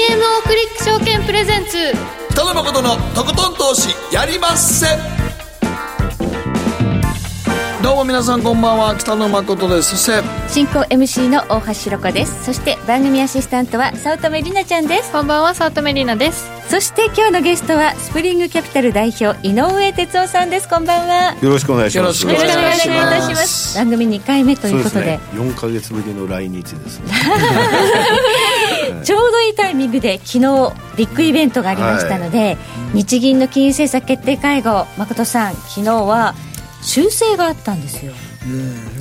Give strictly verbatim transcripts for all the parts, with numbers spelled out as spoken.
エムオー クリック証券プレゼンツ北野誠のとことん投資やりまっせ。どうも皆さんこんばんは、北野誠です。そして進行 エムシー の大橋ひろ子です。そして番組アシスタントは早乙女里奈ちゃんです。 こんばんは、早乙女里奈です。 そして今日のゲストはスプリングキャピタル代表井上哲夫さんです。こんばんは。 よろしくお願いします。 よろしくお願いいたします。番組にかいめということで、 ね、よんかげつぶりの来日ですねちょうどいいタイミングで昨日ビッグイベントがありましたので、はい、日銀の金融政策決定会合、誠さん昨日は修正があったんですよ。 うん、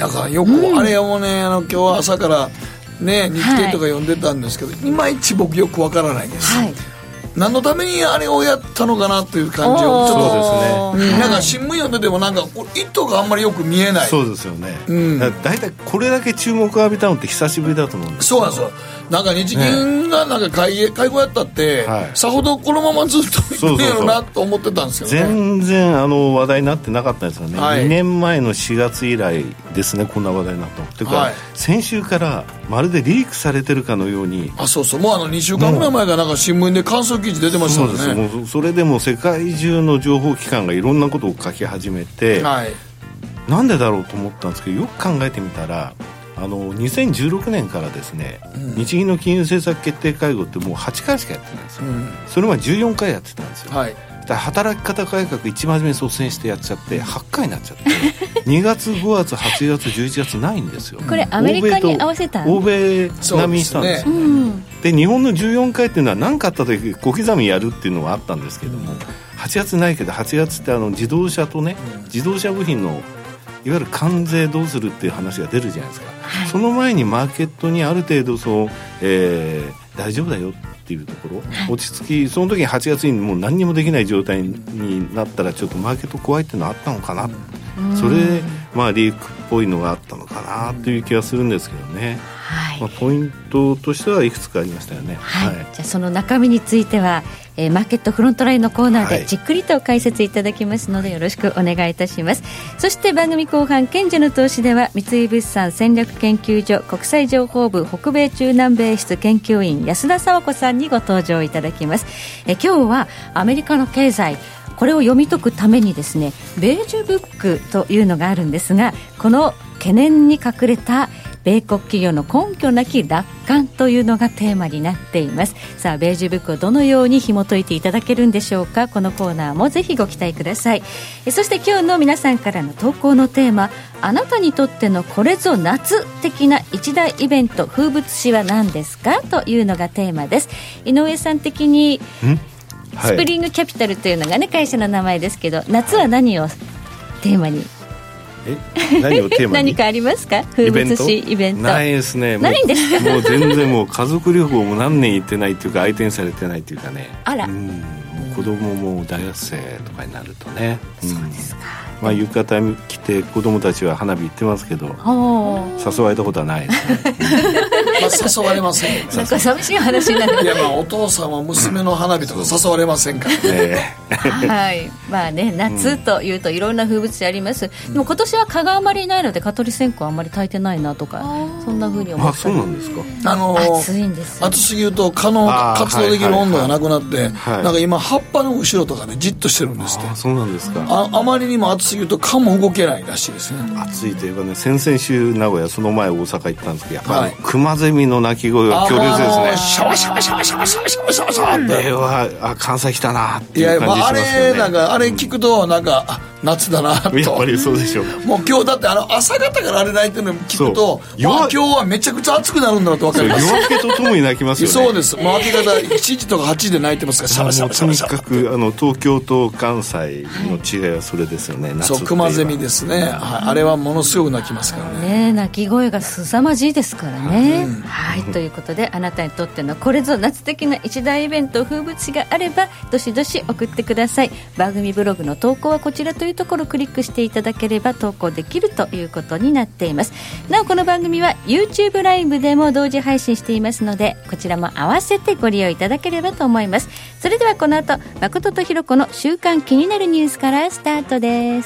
なんかよく、うん、あれもね、あの今日は朝からね日経とか読んでたんですけど、はい、いまいち僕よくわからないです、はい、何のためにあれをやったのかなという感じをちょっとそうですね、 うん、なんか新聞読んでてもなんかこれ意図があんまりよく見えない。 そうですよね、 うん、 だいたいこれだけ注目を浴びたのって久しぶりだと思うんですよ。 そうなんですよ。なんか日銀がなんか会議、会合やったって、はい、さほどこのままずっといくんやろなと思ってたんですよね。 全然あの話題になってなかったですよね、はい、にねんまえのしがつ以来ですね、こんな話題になったのというか、はい、先週からまるでリークされてるかのように、 あ、そうそう、もうあのにしゅうかんぐらい前からなんか新聞で感想記事出てましたもんね。 そうです。もうそれでも世界中の情報機関がいろんなことを書き始めて、はい、なんでだろうと思ったんですけど、よく考えてみたらあのにせんじゅうろくねんからですね、うん、日銀の金融政策決定会合ってもうはちかいしかやってないんですよ、うん、それまでじゅうよんかいやってたんですよ、はい、だから働き方改革一番初めに率先してやっちゃってはちかいになっちゃってにがつごがつはちがつじゅういちがつないんですよ。 これアメリカに合わせた欧米並みにしたんですよね。 で、ね、うん、で日本のじゅうよんかいっていうのは何かあった時小刻みやるっていうのはあったんですけども、はちがつないけどはちがつってあの自動車とね、自動車部品のいわゆる関税どうするっていう話が出るじゃないですか、はい、その前にマーケットにある程度そう、えー、大丈夫だよっていうところ、はい、落ち着き、その時にはちがつにもう何にもできない状態になったらちょっとマーケット怖いっていうのはあったのかな、うん、それで、まあ、リークっぽいのがあったのかなという気がするんですけどね、はい、まあ、ポイントとしてはいくつかありましたよね、 はいはい、じゃあその中身についてはえー、マーケットフロントラインのコーナーでじっくりと解説いただきますのでよろしくお願いいたします。そして番組後半、賢者の投資では三井物産戦略研究所国際情報部北米中南米室研究員安田佐和子さんにご登場いただきます。えー、今日はアメリカの経済、これを読み解くためにですね、ベージュブックというのがあるんですが、この懸念に隠れた米国企業の根拠なき楽観というのがテーマになっています。さあ、ベージュブックをどのように紐解いていただけるんでしょうか。このコーナーもぜひご期待ください。えそして今日の皆さんからの投稿のテーマ、あなたにとってのこれぞ夏的な一大イベント風物詩は何ですかというのがテーマです。井上さん的にスプリングキャピタルというのがね、会社の名前ですけど、夏は何をテーマに、 え何をテーマに何かありますか。風物詩イベントないですね。 ないんですか。 もう全然もう家族旅行も何年行ってないっていうか相手にされてないっていうかね。 あら、 うん、子供も大学生とかになるとね、 うん、そうですか。 まあ、浴衣着て子供たちは花火行ってますけど誘われたことはないですね、 まあ、誘われません。 なんか寂しい話になる。 いや、まあお父さんは娘の花火とか誘われませんからね。 はい、まあね、夏というといろんな風物詩あります、うん、でも今年は蚊があまりいないので蚊取り線香あんまり焚いてないなとか、そんな風に思ったり。 あ、そうなんですか。 あのー、 暑いんです。 暑すぎると蚊の活動できる温度がなくなって、はいはいはい、なんか今葉っぱの後ろとかねじっとしてるんですって。 あ、そうなんですか。 あ, あまりにも暑すぎると蚊も動けないらしいですね。 暑いといえばね、先々週名古屋、その前大阪行ったんですけど、やっぱり、はい、クマゼミの鳴き声が強烈ですね。 シャワシャワシャワシャワシャワシャワシャワシャワって、 あれはあ関西来たなっていう感じしますよね。 いや、まあ、あれなんかあれ聞くとなんか、うん、あ、夏だなと。 やっぱりそうでしょう。 もう今日だってあの朝方からあれ泣いてるの聞くと、まあ、今日はめちゃくちゃ暑くなるんだなと分かります。 夜明けとともに泣きますよね。 そうです。もう明け方いちじとかはちじで泣いてますから、シャワシャワシャワシャワ。 とにかくあの東京と関西の違いはそれですよね、はい、夏ってそう、クマゼミですね、はい、あれはものすごく泣きますからね。 ね、鳴き声が凄まじいですからね、うん、はい、ということで、あなたにとってのこれぞ夏的な一大イベント風物詩があればどしどし送ってください。番組ブログの投稿はこちらというところをクリックしていただければ投稿できるということになっています。なおこの番組は YouTube ライブでも同時配信していますので、こちらも合わせてご利用いただければと思います。それではこの後、誠とひろ子の週刊気になるニュースからスタートです。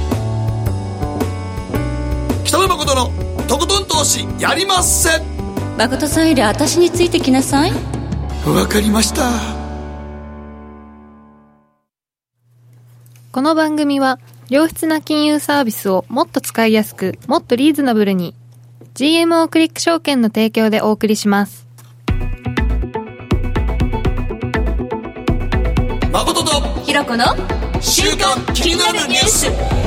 北野誠のとことん投資やりまっせ。 誠さんより私についてきなさい。 わかりました。 この番組は良質な金融サービスをもっと使いやすく、もっとリーズナブルに ジーエムオー クリック証券の提供でお送りします。 誠とひろこの週刊気になるニュース。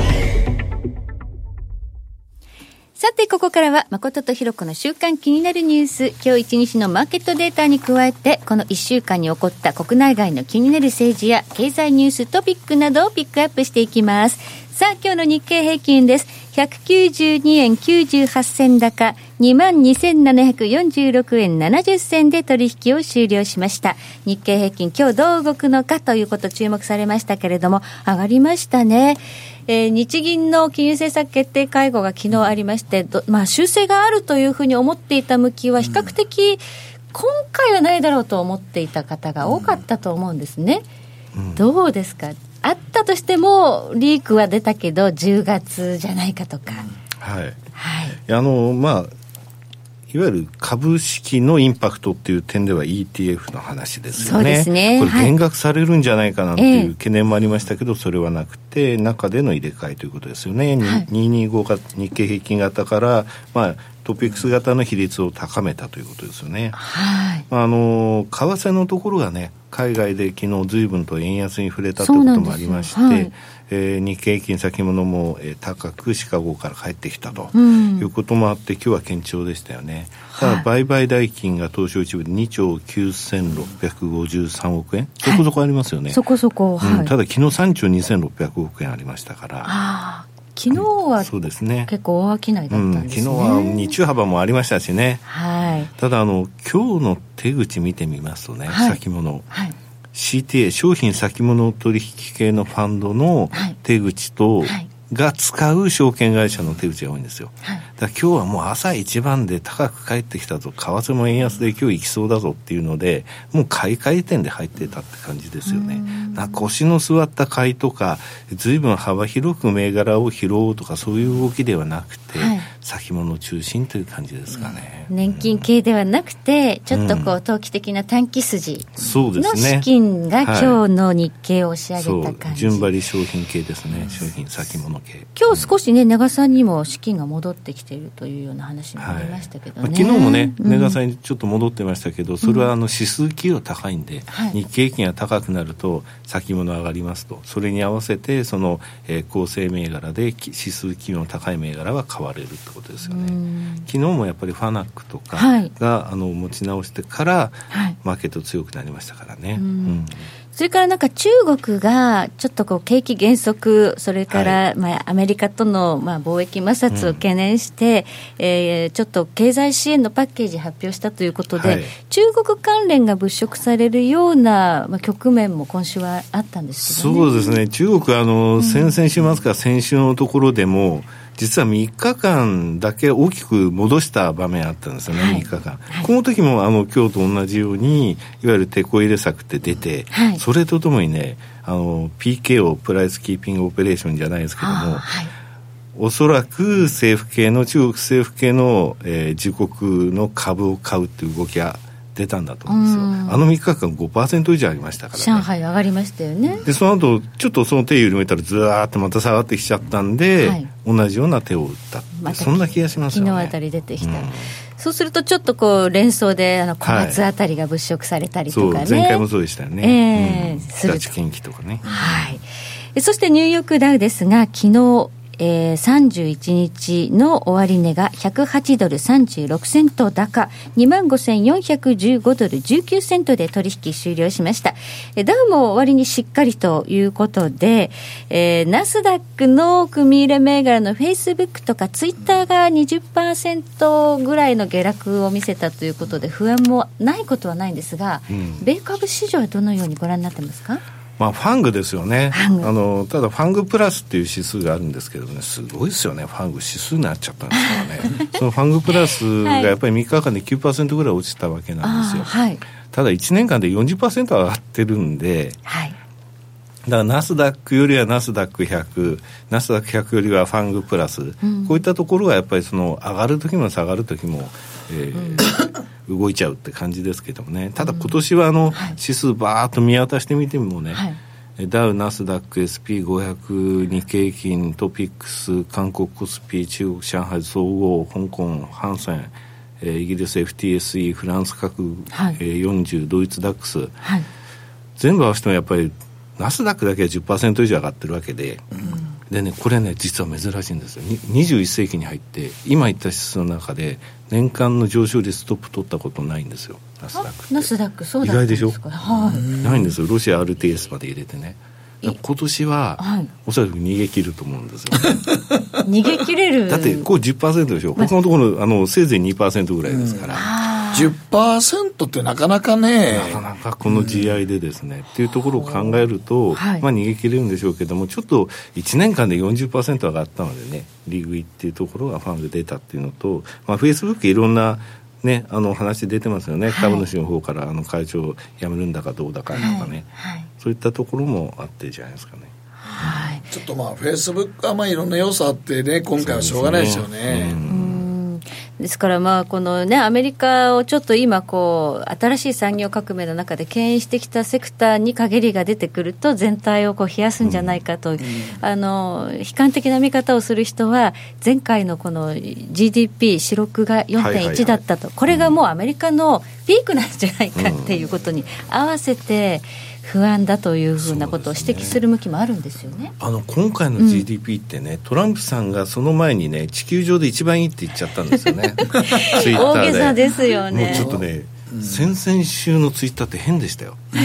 さてここからは誠とひろこの週間気になるニュース。今日一日のマーケットデータに加えて、このいっしゅうかんに起こった国内外の気になる政治や経済ニューストピックなどをピックアップしていきます。さあ今日の日経平均です。ひゃくきゅうじゅうにえんきゅうじゅうはち銭高 にまんにせんななひゃくよんじゅうろくえんななじゅっ銭で取引を終了しました。日経平均今日どう動くのかということ注目されましたけれども、上がりましたね。えー、日銀の金融政策決定会合が昨日ありまして、まあ、修正があるというふうに思っていた向きは比較的今回はないだろうと思っていた方が多かったと思うんですね、うん、どうですか。あったとしてもリークは出たけどじゅうがつじゃないかとか、 はい、はい、あのまあいわゆる株式のインパクトっていう点では イーティーエフ の話ですよね。 そうですね。 これ減額されるんじゃないかなっていう懸念もありましたけど、はい、それはなくて中での入れ替えということですよね、はい、にひゃくにじゅうごが日経平均型から、まあ、トピックス型の比率を高めたということですよね、はい、あの為替のところがね、海外で昨日随分と円安に触れたということもありまして、はい、えー、日経平均先物も、えー、高くシカゴから帰ってきたということもあって、うん、今日は堅調でしたよね。ただ売買代金が東証一部でにちょうきゅうせんろっぴゃくごじゅうさんおくえん、そこそこありますよね、 はい、そこそこ、はい、 うん、ただ昨日さんちょうにせんろっぴゃくおくえんありましたから、 あ昨日は、うん、そうですね、結構大商いだったんですね、 うん、昨日は日中幅もありましたしね、 はい、 ただあの今日の手口見てみますとね、はい、先物、はい、シーティーエー 商品先物取引系のファンドの手口と、はいはい、が使う証券会社の手口が多いんですよ、はい、だから今日はもう朝一番で高く帰ってきたぞ、為替も円安で今日行きそうだぞっていうので、もう買い替え点で入ってたって感じですよね。だから腰の座った買いとか随分幅広く銘柄を拾おうとかそういう動きではなくて、はい、先物中心という感じですかね、うん、 年金系ではなくてちょっとこう投機的な短期筋の資金が今日の日経を押し上げた感じ、 そう順張り商品系ですね、商品先物系。 今日少しね、値賀さんにも資金が戻ってきているというような話もありましたけどね、 はい、まあ、昨日もね値賀さんにちょっと戻ってましたけど、それはあの指数企業高いんで、うん、日経平均が高くなると先物上がりますと、それに合わせてその、えー、構成銘柄で指数企業の高い銘柄は買われるってことですよね。昨日もやっぱりファナックとかが、はい、あの持ち直してから、はい、マーケット強くなりましたからね、うんうん、 それからなんか中国がちょっとこう景気減速、それから、はい、まあ、アメリカとのまあ貿易摩擦を懸念して、うん、えー、ちょっと経済支援のパッケージ発表したということで、はい、中国関連が物色されるような、まあ、局面も今週はあったんですけどね。 そうですね、中国はあの、うん、先々週末から先週のところでも実はみっかかんだけ大きく戻した場面あったんですよね、はい、みっかかん、はい、この時もあの今日と同じようにいわゆるテこ入れ策って出て、はい、それとともにね、あの ピーケーオー プライスキーピングオペレーションじゃないですけども、はい、おそらく政府系の中国政府系の、えー、自国の株を買うっていう動きが出たんだと思うんですよ。あのみっかかん ごパーセント 以上ありましたからね。 上海上がりましたよね。 でその後ちょっとその手緩めたらずーっとまた下がってきちゃったんで、はい、同じような手を打った、ま、そんな気がしますよね。 昨日あたり出てきた、うん、そうするとちょっとこう連想であの小松あたりが物色されたりとかね、はい、 そう前回もそうでしたよね、 えーうん、日立建機とかね、 はい、そしてニューヨークダウですが昨日えー、さんじゅういちにちの終値がひゃくはちドルさんじゅうろくセント高 にまんごせんよんひゃくじゅうごドルじゅうきゅうセントで取引終了しました。ダウも終わりにしっかりということで、えー、ナスダックの組入れ銘柄のフェイスブックとかツイッターが にじゅっパーセント ぐらいの下落を見せたということで不安もないことはないんですが、うん、米株市場はどのようにご覧になってますか？ まあ、ファングですよね。あのただファングプラスっていう指数があるんですけどね、すごいですよね。ファング指数になっちゃったんですからねそのファングプラスがやっぱりみっかかんで きゅうパーセント ぐらい落ちたわけなんですよ、はい、ただいちねんかんで よんじゅっパーセント 上がってるんで、はい、だからナスダックよりはナスダックひゃく、ナスダックひゃくよりはファングプラス、うん、こういったところがやっぱりその上がるときも下がるときもえー、動いちゃうって感じですけどもね。ただ今年はあの、うん、指数バーッと見渡してみてもね、はい、ダウ、ナスダック、エスピーごひゃく、日経平均、トピックス、韓国コスピ、中国上海総合、香港ハンセン、えー、イギリス エフティーエスイー、フランス各、はい、えー、よんじゅう、ドイツダックス、はい、全部合わせてもやっぱりナスダックだけは じゅっパーセント 以上上がってるわけで、うん、でね、これね実は珍しいんですよ。にじゅういっ世紀に入って今言った指数の中で年間の上昇率トップ取ったことないんですよ、ナスダックって。 ナスダックそうだったんですか。意外でしょ、 はい、ないんですよ。ロシア アールティーエス まで入れてね。今年は、はい、おそらく逃げ切ると思うんですよ逃げ切れる。 だってこう じゅっパーセント でしょ、まあ、他のところあのせいぜい にパーセント ぐらいですから、 うん、じゅっパーセント ってなかなかね、 なかなかこの ジーアイ でですね、うん、っていうところを考えると、はい、まあ、逃げ切れるんでしょうけども、ちょっといちねんかんで よんじゅっパーセント 上がったのでね、利食いっていうところがファンで出たっていうのと、まあ、Facebook いろんなね、あの話出てますよね、はい、株主の方からあの会長辞めるんだかどうだかとかね、はいはい、そういったところもあってじゃないですかね。 はい、ちょっとまあフェイスブックはまあいろんな要素あってね、今回はしょうがないですよね。うん、 ですからまあこのね、アメリカをちょっと今こう新しい産業革命の中で牽引してきたセクターに陰りが出てくると全体をこう冷やすんじゃないかと、うん、あの悲観的な見方をする人は前回のこの ジーディーピー 四六が よんてんいち だったと、これがもうアメリカのピークなんじゃないかっていうことに合わせて不安だというふうなことを指摘する向きもあるんですよね。 あの今回の ジーディーピー ってね、うん、トランプさんがその前にね、地球上で一番いいって言っちゃったんですよねツイッターで。 大げさですよね。 もうちょっとね、うん、先々週のツイッターって変でしたよ、うん、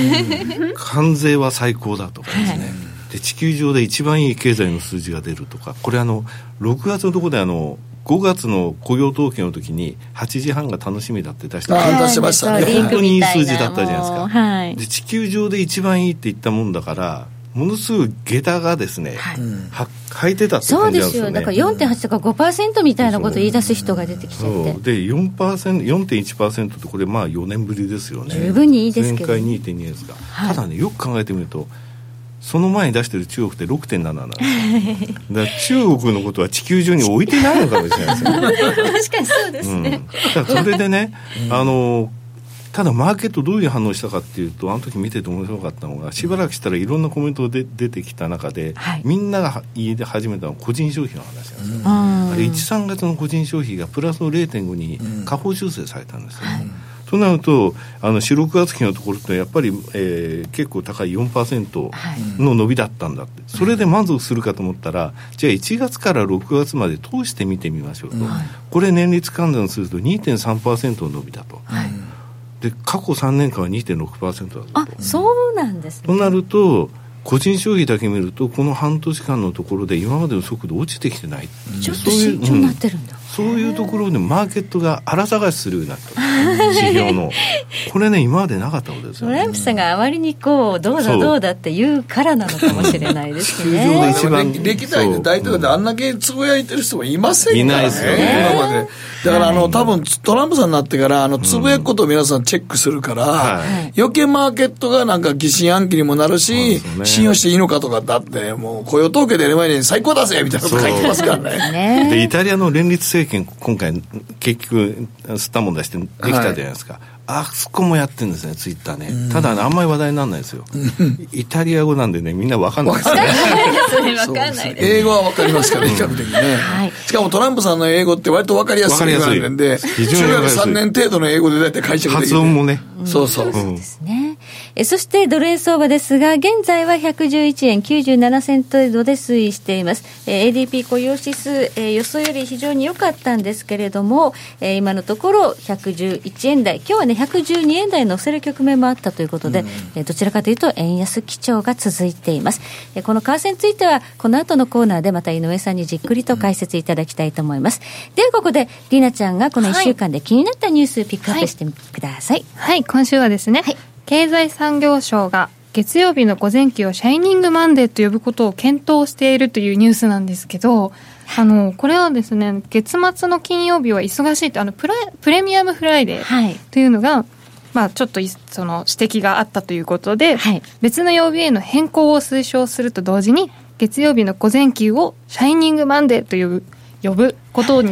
関税は最高だとかですね、はい、で地球上で一番いい経済の数字が出るとか、これあのろくがつのところであのごがつの雇用統計の時にはちじはんが楽しみだって出して出してましたね。 本当にいい数字だったじゃないですか、 はい、 で地球上で一番いいって言ったもんだからものすごい下駄がですね、はい、は履いてたって感じなんですよね。そうですよ。 だから よんてんはち とか ごパーセント みたいなことを言い出す人が出てきちゃって、 そうで よんパーセント、よんてんいちパーセント ってこれまあよねんぶりですよね。 十分にいいですけど、 前回 にてんに ですが、はい、ただね、よく考えてみるとその前に出してる中国って ろくてんなな なんですよだから中国のことは地球上に置いてないのかもしれないですよね確かにそうですね、 うん、だからそれでね、うん、あのただマーケットどういう反応したかっていうと、あの時見てて面白かったのが、しばらくしたらいろんなコメントで出てきた中で、はい、みんなが言い始めたのは個人消費の話なんですよ、うん、あれいち、さんがつの個人消費がプラスの れいてんご に下方修正されたんですよ、うん、となるとあのよん、ろくがつ期のところってやっぱり、えー、結構高い よんパーセント の伸びだったんだって、はい、それで満足するかと思ったら、じゃあいちがつからろくがつまで通して見てみましょうと、はい、これ年率換算すると にてんさんパーセント の伸びだと、はい、で過去さんねんかんは にてんろくパーセント だと。 あ、そうなんですね。 となると個人消費だけ見るとこの半年間のところで今までの速度落ちてきてない、 うん、ちょっと慎重になってるんだ、 そういうところでマーケットが荒探しするようになった指標のこれね、今までなかったことですよね。 トランプさんがあまりにこうどうだどうだって言うからなのかもしれないですね。地球上で一番歴代で大統領であんだけつぶやいてる人もいませんからね。いないですよね、今まで。だからあの、はい、多分トランプさんになってからあのつぶやくことを皆さんチェックするから、うん、はい、余計マーケットがなんか疑心暗鬼にもなるし、ね、信用していいのかとか、だってもう雇用統計でやる前に最高だぜみたいなこと書いてますからね。 でイタリアの連立政権今回結局吸ったもん出してできたじゃないですか、はい、あそこもやってるんですね、ツイッターね、うん、ただ、ね、あんまり話題にならないですよイタリア語なんでね、みんな分かんないですね分かんないです。 英語は分かりますから比較的ね、はい、しかもトランプさんの英語って割と分かりやすい英語なんで、中学さんねん程度の英語でだいたい解釈できる、 発音もね、 うん、そうそう、うん、そうですね。えそしてドル円相場ですが、現在はひゃくじゅういちえんきゅうじゅうななせん程度で推移しています。えー、エーディーピー 雇用指数、えー、予想より非常に良かったんですけれども、えー、今のところひゃくじゅういちえん台、今日はねひゃくじゅうにえん台の乗せる局面もあったということで、うん、えー、どちらかというと円安基調が続いています。えー、この為替についてはこの後のコーナーでまた井上さんにじっくりと解説いただきたいと思います。うん、ではここでりなちゃんがこのいっしゅうかんで気になったニュースをピックアップしてみてください。 はい、はい、今週はですね、はい、経済産業省が月曜日の午前休をシャイニングマンデーと呼ぶことを検討しているというニュースなんですけど、あのこれはですね、月末の金曜日は忙しいと、あのプラプレミアムフライデーというのが、はい、まあ、ちょっとその指摘があったということで、はい、別の曜日への変更を推奨すると同時に月曜日の午前休をシャイニングマンデーという呼ぶことに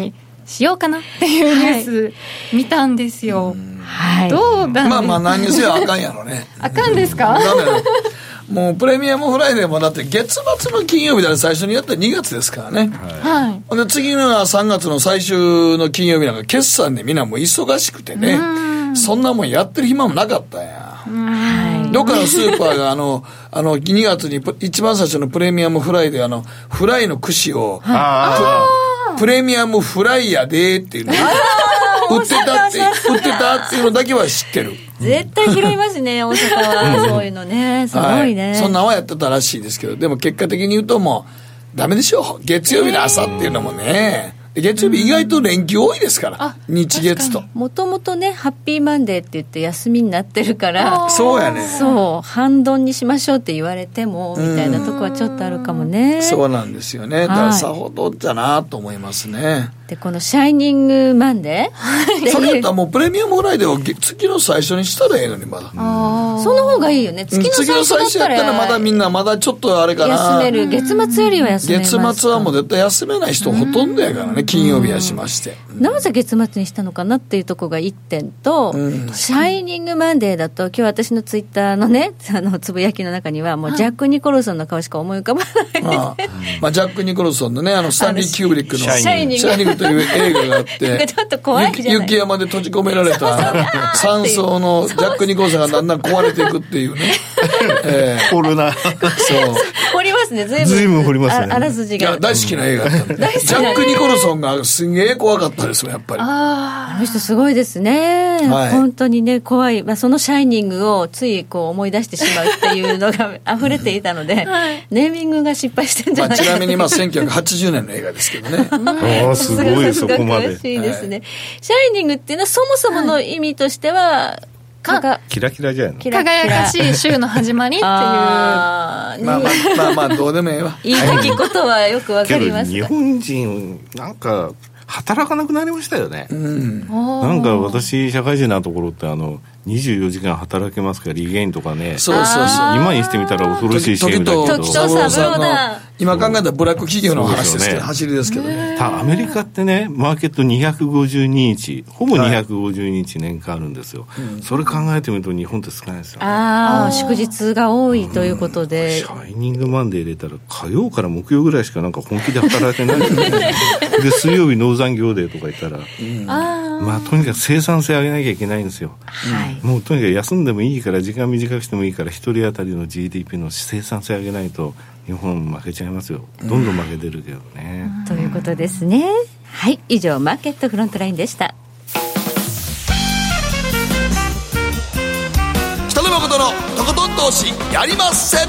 しようかなっていうニュース見たんですよ、はい、どうなんですか。 まあまあ何にせよあかんやろねあかんですか。 ダメだもうプレミアムフライデーもだって月末の金曜日だね、最初にやったらにがつですからね、はい、で次のはさんがつの最終の金曜日なんか決算でみんなもう忙しくてね、そんなもんやってる暇もなかったんや。どっかのスーパーがあのあのにがつに一番最初のプレミアムフライデーあのフライの串をプレミアムフライやでっていうの売ってたって売ってたっていうのだけは知ってる。 絶対拾いますね大阪はそういうのね、すごいね、 はい、そんなんはやってたらしいですけど、でも結果的に言うともうダメでしょう。月曜日の朝っていうのもね、月曜日意外と連休多いですから、うん、日月ともともとねハッピーマンデーって言って休みになってるからそうやね、 そう半ドンにしましょうって言われてもみたいなとこはちょっとあるかもね。 そうなんですよね、だからさほどじゃなと思いますね。 でこのシャイニングマンデーそれやったらもうプレミアムフライデーは月の最初にしたらええのにまだ、 あその方がいいよね。月の最初だったらやったらまだみんなまだちょっとあれかな休める。月末よりは休めます。 月末はもう絶対休めない人ほとんどやからね、金曜日やしまして、 うん、なぜ月末にしたのかなっていうところがいってんと、うん、シャイニングマンデーだと今日私のツイッターのねあのつぶやきの中にはもうジャック・ニコルソンの顔しか思い浮かばない、 ああまあ、ジャック・ニコルソンのねあのスタンリー・キューブリックのシャイニング、 シャイニングという映画があってちょっと怖いじゃない雪山で閉じ込められた山荘のジャック・ニコルソンがだんだん壊れていくっていうねえー、掘るなそう掘りますね、ずいぶんずいぶん掘りますね。 あ, あらすじが大好きな映画だったんで、うん、ジャック・ニコルソンがすげえ怖かったですよやっぱり。 ああの人すごいですね、はい、本当にね怖い、まあ、そのシャイニングをついこう思い出してしまうっていうのが溢れていたので、はい、ネーミングが失敗してるんじゃないか、 まあ、ちなみにまあせんきゅうひゃくはちじゅうねんの映画ですけどねああすごいそこまで詳しいですね、はい、シャイニングっていうのはそもそもの意味としては、はいかがキラキラじゃないの、 輝かしい週の始まりっていうあまあまあまあまあどうでもええわ言いたきことはよくわかります。 けど日本人なんか働かなくなりましたよね、うん、なんか私社会人なところってあのにじゅうよじかん働けますからリゲインとかね、 そうそうそう今にしてみたら恐ろしいシームだけど時と三郎だ今考えたらブラック企業の話ですけど、ね、走りですけどね。 アメリカってねマーケットにひゃくごじゅうににちほぼにひゃくごじゅうににち年間あるんですよ、はい、それ考えてみると日本って少ないですよね。 ああ祝日が多いということで、うん、 シャイニングマンデー入れたら火曜から木曜ぐらいしかなんか本気で働いてないで水曜日農産業デーとか言ったら、うん、あまあとにかく生産性上げなきゃいけないんですよ、はい、もうとにかく休んでもいいから時間短くしてもいいから一人当たりの ジーディーピー の生産性上げないと日本負けちゃいますよ。どんどん負けてるけどね、 うん、ということですね。はい、以上マーケットフロントラインでした。 北野誠のとことん投資やりまっせ。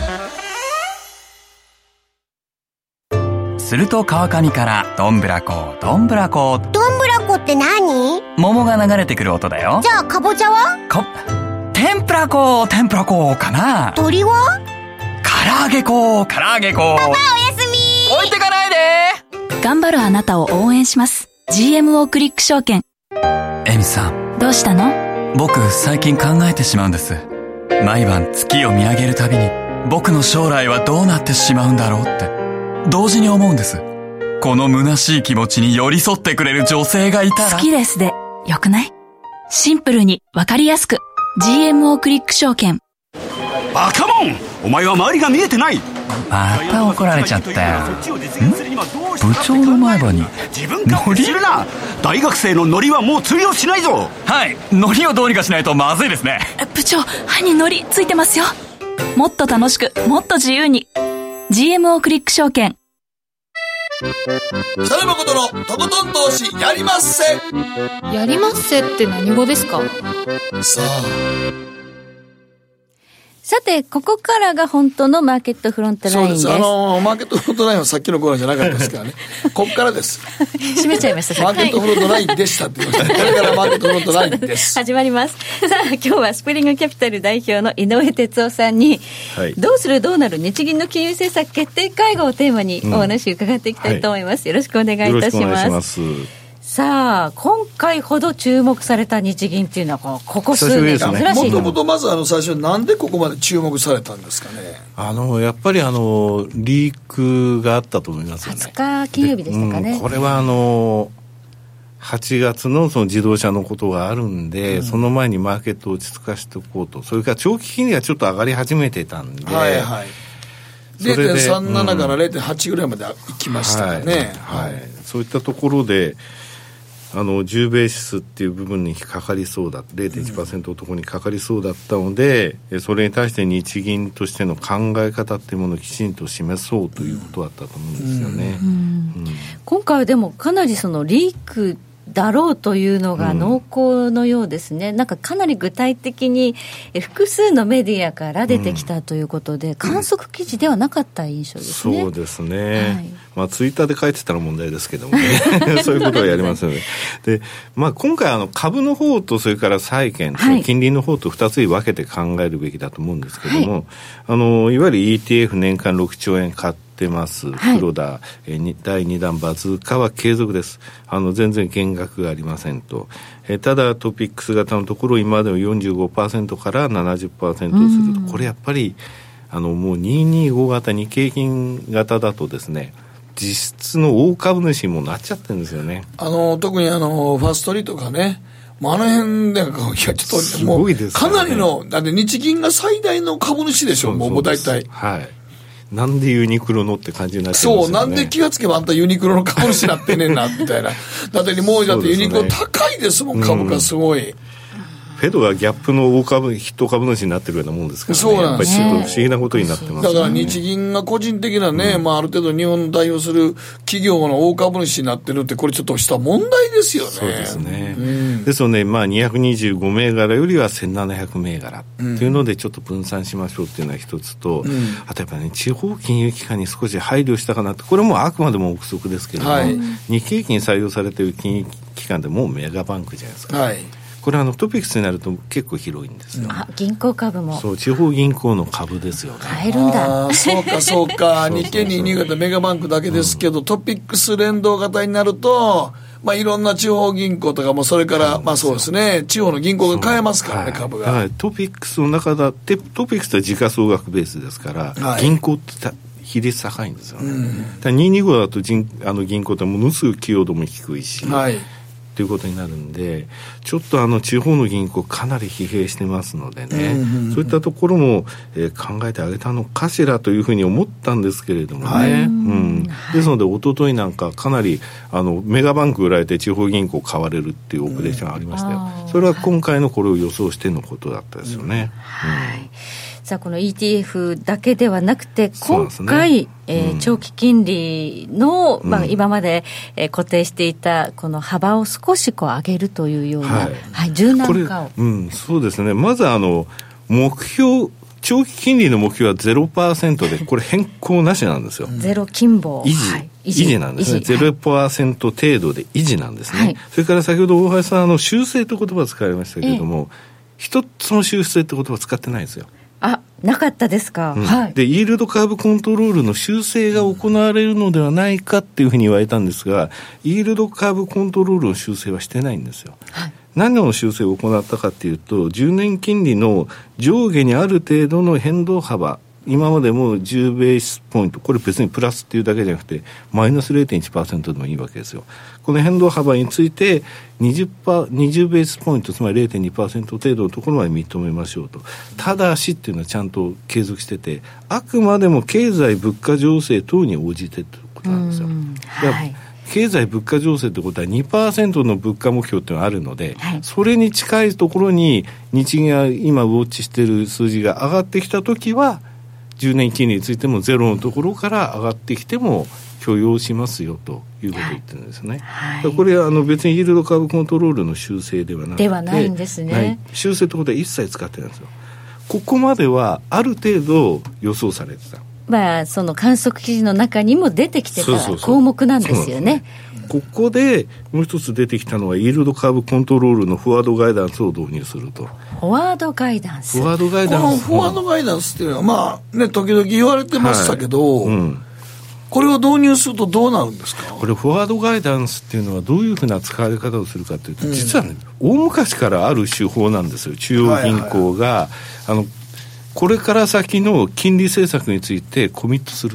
すると川上からどんぶらこどんぶらこ。 どんぶらこって何？ 桃が流れてくる音だよ。 じゃあかぼちゃは？ か天ぷらこ天ぷらこかな。 鳥は？ 唐揚げこ唐揚げこ。 パパおやすみ。 置いてかないで。 頑張るあなたを応援します。 ジーエムオー クリック証券。 エミさんどうしたの？ 僕最近考えてしまうんです。毎晩月を見上げるたびに僕の将来はどうなってしまうんだろうって同時に思うんです。この虚しい気持ちに寄り添ってくれる女性がいたら。 好きですでよくない？シンプルにわかりやすく ジーエムオー クリック証券。 バカモン、お前は周りが見えてない。 また怒られちゃったよ。ん？部長の前歯にノリ？ 大学生のノリはもう通用しないぞ。 はい、ノリをどうにかしないとまずいですね。 部長、歯にノリついてますよ。もっと楽しくもっと自由に ジーエムオー クリック証券。 北野誠のとことん投資やりまっせ。 やりまっせって何語ですか？ さあさてここからが本当のマーケットフロントラインです。 そうです。あのマーケットフロントラインはさっきのコーナーじゃなかったですからねここからです閉めちゃいました。 マーケットフロントラインでしたって言いました、はい、これからマーケットフロントラインです始まります。さあ今日はスプリングキャピタル代表の井上哲夫さんに、はい、どうするどうなる日銀の金融政策決定会合をテーマにお話を伺っていきたいと思います、うんはい、よろしくお願いいたします。よろしくお願いします。さあ今回ほど注目された日銀っていうのはこここ数年珍しい。 もともとまずあの最初なんでここまで注目されたんですかね。 あのやっぱりあのリークがあったと思いますよね。 はつか金曜日でしたかね、 うん、これはあのはちがつ の, その自動車のことがあるんで、うん、その前にマーケットを落ち着かせておこうと。それから長期金利がちょっと上がり始めてたんで、はいはい、 ゼロてんさんなな から ゼロてんはち ぐらいまで行きましたかね、 はいはいはい、そういったところであのじゅうベーシスっていう部分にかかりそうだ ゼロてんいちパーセント のところにかかりそうだったので、うん、それに対して日銀としての考え方っていうものをきちんと示そうということだったと思うんですよね、うんうんうん、今回はでもかなりそのリークだろうというのが濃厚のようですね、うん、なんかかなり具体的に複数のメディアから出てきたということで、うん、観測記事ではなかった印象ですね。 そうですね、はい、まあ、ツイッターで書いてたら問題ですけどもねそういうことをやりますよね。で、まあ、今回あの株の方とそれから債券と金利の方とふたつに分けて考えるべきだと思うんですけども、はい、あのいわゆる イーティーエフ 年間ろくちょうえん買ってます、はい、黒田、えー、だいにだんバズーカは継続です。あの全然減額がありませんと、えー、ただトピックス型のところ今までの よんじゅうごパーセント から ななじゅっパーセント とすると、これやっぱりあのもうにひゃくにじゅうご型日経金型だとですね、実質の大株主にもなっちゃってるんですよね。 あの特にあのファストリーとかね、もうあの辺でいやちょっともうかなりの、だって日銀が最大の株主でしょ、もう大体。 はい。なんでユニクロのって感じになっちゃうんですよね。 そう、なんで気がつけばあんたユニクロの株主になってねんなみたいな。だってもうだってユニクロ高いですもん、株価すごい。 フェドがギャップの大株筆頭株主になってるようなもんですからね。 そうなんですね。 やっぱりちょっと不思議なことになってます、ね、 だから日銀が個人的なね、うん、まあある程度日本を代表する企業の大株主になってるって、これちょっとした問題ですよね。 そうですね、うん、ですので、まあ、にひゃくにじゅうご銘柄よりはせんななひゃく銘柄っていうのでちょっと分散しましょうっていうのは一つと、うん、あとやっぱりね、地方金融機関に少し配慮したかなって、これもあくまでも憶測ですけれども、はい、日経平均採用されている金融機関でもうメガバンクじゃないですか、はい、これはあのトピックスになると結構広いんですよ、うん、 あ、銀行株もそう、地方銀行の株ですよね。 買えるんだ。 あ、そうかそうか日経にじゅうに型メガバンクだけですけど、うん、トピックス連動型になると、まあ、いろんな地方銀行とかもそれから、まあそうですね、地方の銀行が買えますからね、株が。 だからトピックスの中だってトピックスは時価総額ベースですから、はい、銀行って比率高いんですよね、うん、だからにひゃくにじゅうごだと銀あの銀行ってものすごく寄与度も低いし、はい、ということになるんで、ちょっとあの地方の銀行かなり疲弊してますのでね、うんうんうん、そういったところも、えー、考えてあげたのかしらというふうに思ったんですけれどもね、はい、うん、ですので一昨日なんかかなりあのメガバンク売られて地方銀行買われるっていうオペレーションがありましたよ、うん、それは今回のこれを予想してのことだったですよね、うんうん、はい。 さあこの イーティーエフ だけではなくて今回、ね、えーうん、長期金利の、まあ、今まで、えー、固定していたこの幅を少しこう上げるというような、はいはい、柔軟化を、 うん、そうですね。まずあの目標長期金利の目標は ゼロパーセント でこれ変更なしなんですよ。 ゼロ金棒維持、はい、維持なんですね。ゼロパーセント 程度で維持なんですね、はい、それから先ほど大橋さんあの修正という言葉を使われましたけれども、ええ、一つも修正って言葉を使ってないですよ。 あ、なかったですか、 うん、 はい、 でイールドカーブコントロールの修正が行われるのではないかっていうふうに言われたんですが、イールドカーブコントロールの修正はしてないんですよ、はい、何の修正を行ったかっていうと、じゅうねん金利の上下にある程度の変動幅、今までもじゅうベースポイント、これ別にプラスっていうだけじゃなくてマイナス ゼロてんいちパーセント でもいいわけですよ。この変動幅について にじゅう, パーにじゅうベースポイント、つまり ゼロてんにパーセント 程度のところまで認めましょうと。ただしっていうのはちゃんと継続してて、あくまでも経済物価情勢等に応じてということなんですよ、はい、経済物価情勢ってことは にパーセント の物価目標っていうのがあるので、はい、それに近いところに日銀が今ウォッチしている数字が上がってきたときはじゅうねん金利についてもゼロのところから上がってきても許容しますよということを言ってるんですね、はい、これはあの別にイールドカーブコントロールの修正ではなくて、 ではないんですね、はい、 修正ってことは一切使ってないんですよ。ここまではある程度予想されてた、 まあ、その観測記事の中にも出てきてた項目なんですよね。 ここでもう一つ出てきたのはイールドカーブコントロールのフォワードガイダンスを導入すると。 フォワードガイダンス、 フォワードガイダンス、 このフォワードガイダンスっていうのはまあね時々言われてましたけど、はい、うん、これを導入するとどうなるんですか。 これフォワードガイダンスっていうのはどういうふうな使われ方をするかというと、うん、実はね大昔からある手法なんですよ。中央銀行が、はいはい、あのこれから先の金利政策についてコミットするってことなん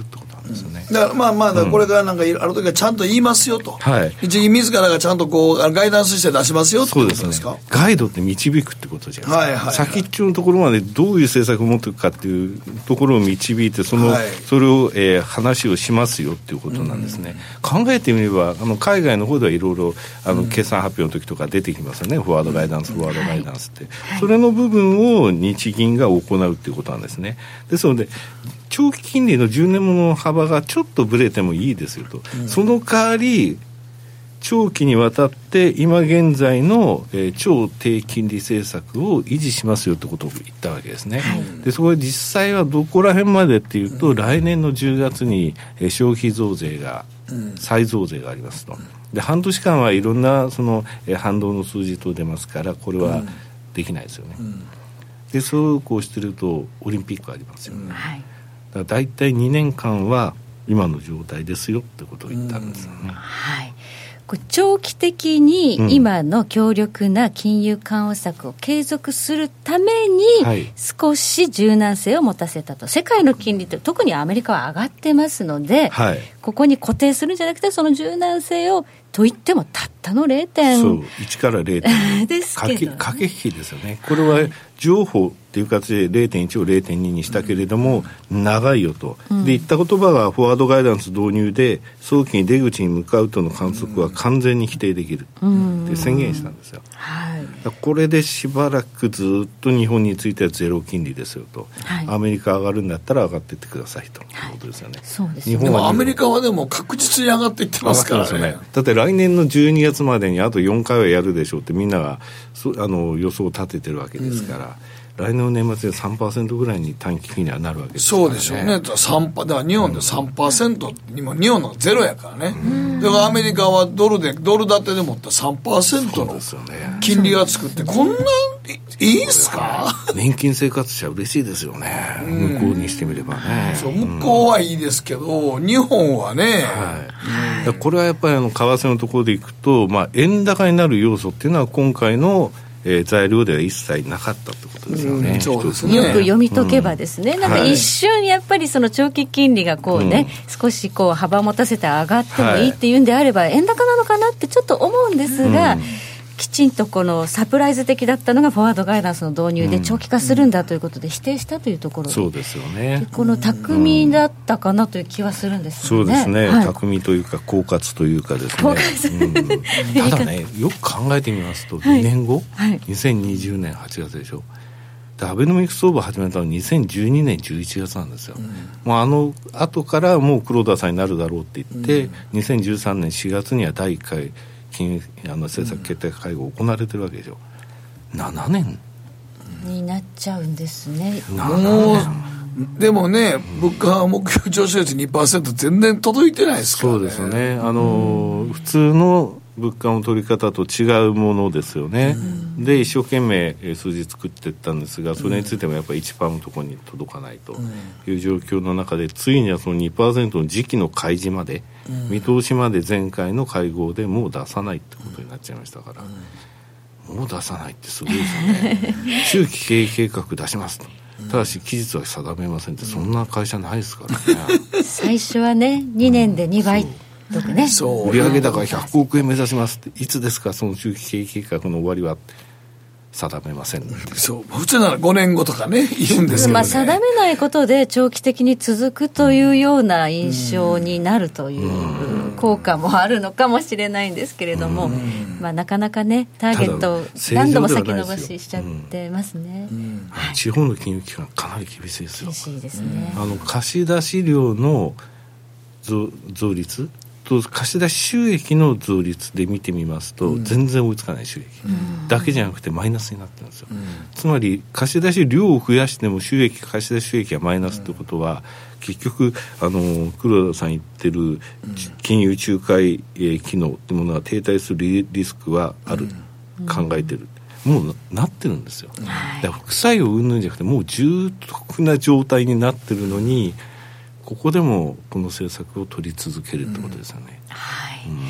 なんですよね、 うん、だからまあまあだからこれからなんかある時はちゃんと言いますよと、はい、日銀自らがちゃんとこうガイダンスして出しますよってことですか。そうですね、 ガイドって導くってことじゃないですか、はいはいはい、先っちょのところまでどういう政策を持っていくかっていうところを導いてその、はい、それを、えー、話をしますよっていうことなんですね、うん、考えてみればあの海外の方ではいろいろあの決算発表の時とか出てきますよね、フォワードガイダンス、フォワードガイダンスって、はい、それの部分を日銀が行うっていうことなんですね。ですので長期金利のじゅうねんものの幅がちょっとぶれてもいいですよと、うん、その代わり長期にわたって今現在の、えー、超低金利政策を維持しますよってことを言ったわけですね、はい、でそこで実際はどこら辺までっていうと、うん、来年のじゅうがつに、えー、消費増税が、うん、再増税がありますと。で半年間はいろんなその、えー、反動の数字と出ますからこれはできないですよね、うん、でそうこうしてるとオリンピックありますよね、うん、だから大体にねんかんは今の状態ですよってことを言ったんですよね、うん、 はい。長期的に今の強力な金融緩和策を継続するために少し柔軟性を持たせたと。世界の金利って特にアメリカは上がってますので、はい、ここに固定するんじゃなくてその柔軟性をといってもたったのゼロてんそういちからゼロてんですけど、ね、 駆け引きですよね。これは情報っていう形で ゼロてんいち を ゼロてんに にしたけれども、うん、長いよと、うん、で言った言葉がフォワードガイダンス導入で早期に出口に向かうとの観測は完全に否定できるって宣言したんですよ、うんはい、これでしばらくずっと日本についてはゼロ金利ですよと、はい、アメリカ上がるんだったら上がっていってくださいということですよね、はい、 そうですね。日本はでもアメリカはでも確実に上がっていってますからね。ねだって来年のじゅうにがつまでにあとよんかいはやるでしょうってみんながそあの予想を立ててるわけですから、うん、来年の年末で さんパーセント ぐらいに短期金利はなるわけですからね。 そうでしょうね。さんだから日本で さんパーセント にも日本のゼロやからね、うん、だからアメリカはドルでドル建てでもった さんパーセント の金利がつくってこんないいんすか。 年金生活者嬉しいですよね、うん、向こうにしてみればね。 そう向こうはいいですけど、うん、日本はね、 はい、これはやっぱりあの為替のところでいくと、まあ、円高になる要素っていうのは今回のえー、材料では一切なかったってことですよね、うん、 そうですね。よく読み解けばですね、うん、なんか一瞬やっぱりその長期金利がこうね、はい、少しこう幅を持たせて上がってもいいっていうんであれば、はい、円高なのかなってちょっと思うんですが、うん、きちんとこのサプライズ的だったのがフォワードガイダンスの導入で長期化するんだということで否定したというところで、 そうですよね。 この巧みだったかなという気はするんですよね、 うん、そうですね、 はい、 巧みというか狡猾というかですね、うん、ただねよく考えてみますとにねんご、はい、にせんにじゅうねんはちがつでしょ。でアベノミクス相場始めたのはにせんじゅうにねんじゅういちがつなんですよ、うん、もうあの後からもう黒田さんになるだろうって言って、うん、にせんじゅうさんねんしがつにはだいいっかい金融あの政策決定会合行われてるわけでしょ。ななねんになっちゃうんですね。 もうでもね、物価目標上昇率 にパーセント 全然届いてないですからね。 そうですよね。あの普通の物価の取り方と違うものですよね、うん、で一生懸命数字作っていったんですが、それについてもやっぱりいちパーセントのところに届かないという状況の中で、ついにはその にパーセント の時期の開示まで、うん、見通しまで前回の会合でもう出さないってことになっちゃいましたから、うん、もう出さないってすごいですよね中期経営計画出しますと、ただし期日は定めませんって、そんな会社ないですからね最初はねにねんでにばい、うんとかね、 そう売上高ひゃくおくえん目指しますって、いつですかその中期経営計画の終わりは定めません、ね、 そう普通ならごねんごとかね言うんですけどね、 まあ、定めないことで長期的に続くというような印象になるという効果もあるのかもしれないんですけれども、まあ、なかなかねターゲットを何度も先延ばししちゃってますね、うんうんはい、地方の金融機関かなり厳しいですよ。 厳しいですね。 あの貸出量の 増, 増率と貸出収益の増率で見てみますと、うん、全然追いつかない収益、うん、だけじゃなくてマイナスになってるんですよ、うん、つまり貸出量を増やしても収益貸出収益がマイナスってことは、うん、結局あの黒田さん言ってる金融仲介、えー、機能ってものが停滞する リ, リスクはある、うん、考えてる、もう な, なってるんですよ、うん、だから副作用云々じゃなくてもう重篤な状態になってるのに、ここでもこの政策を取り続けるってことですよね、 うんはいうん、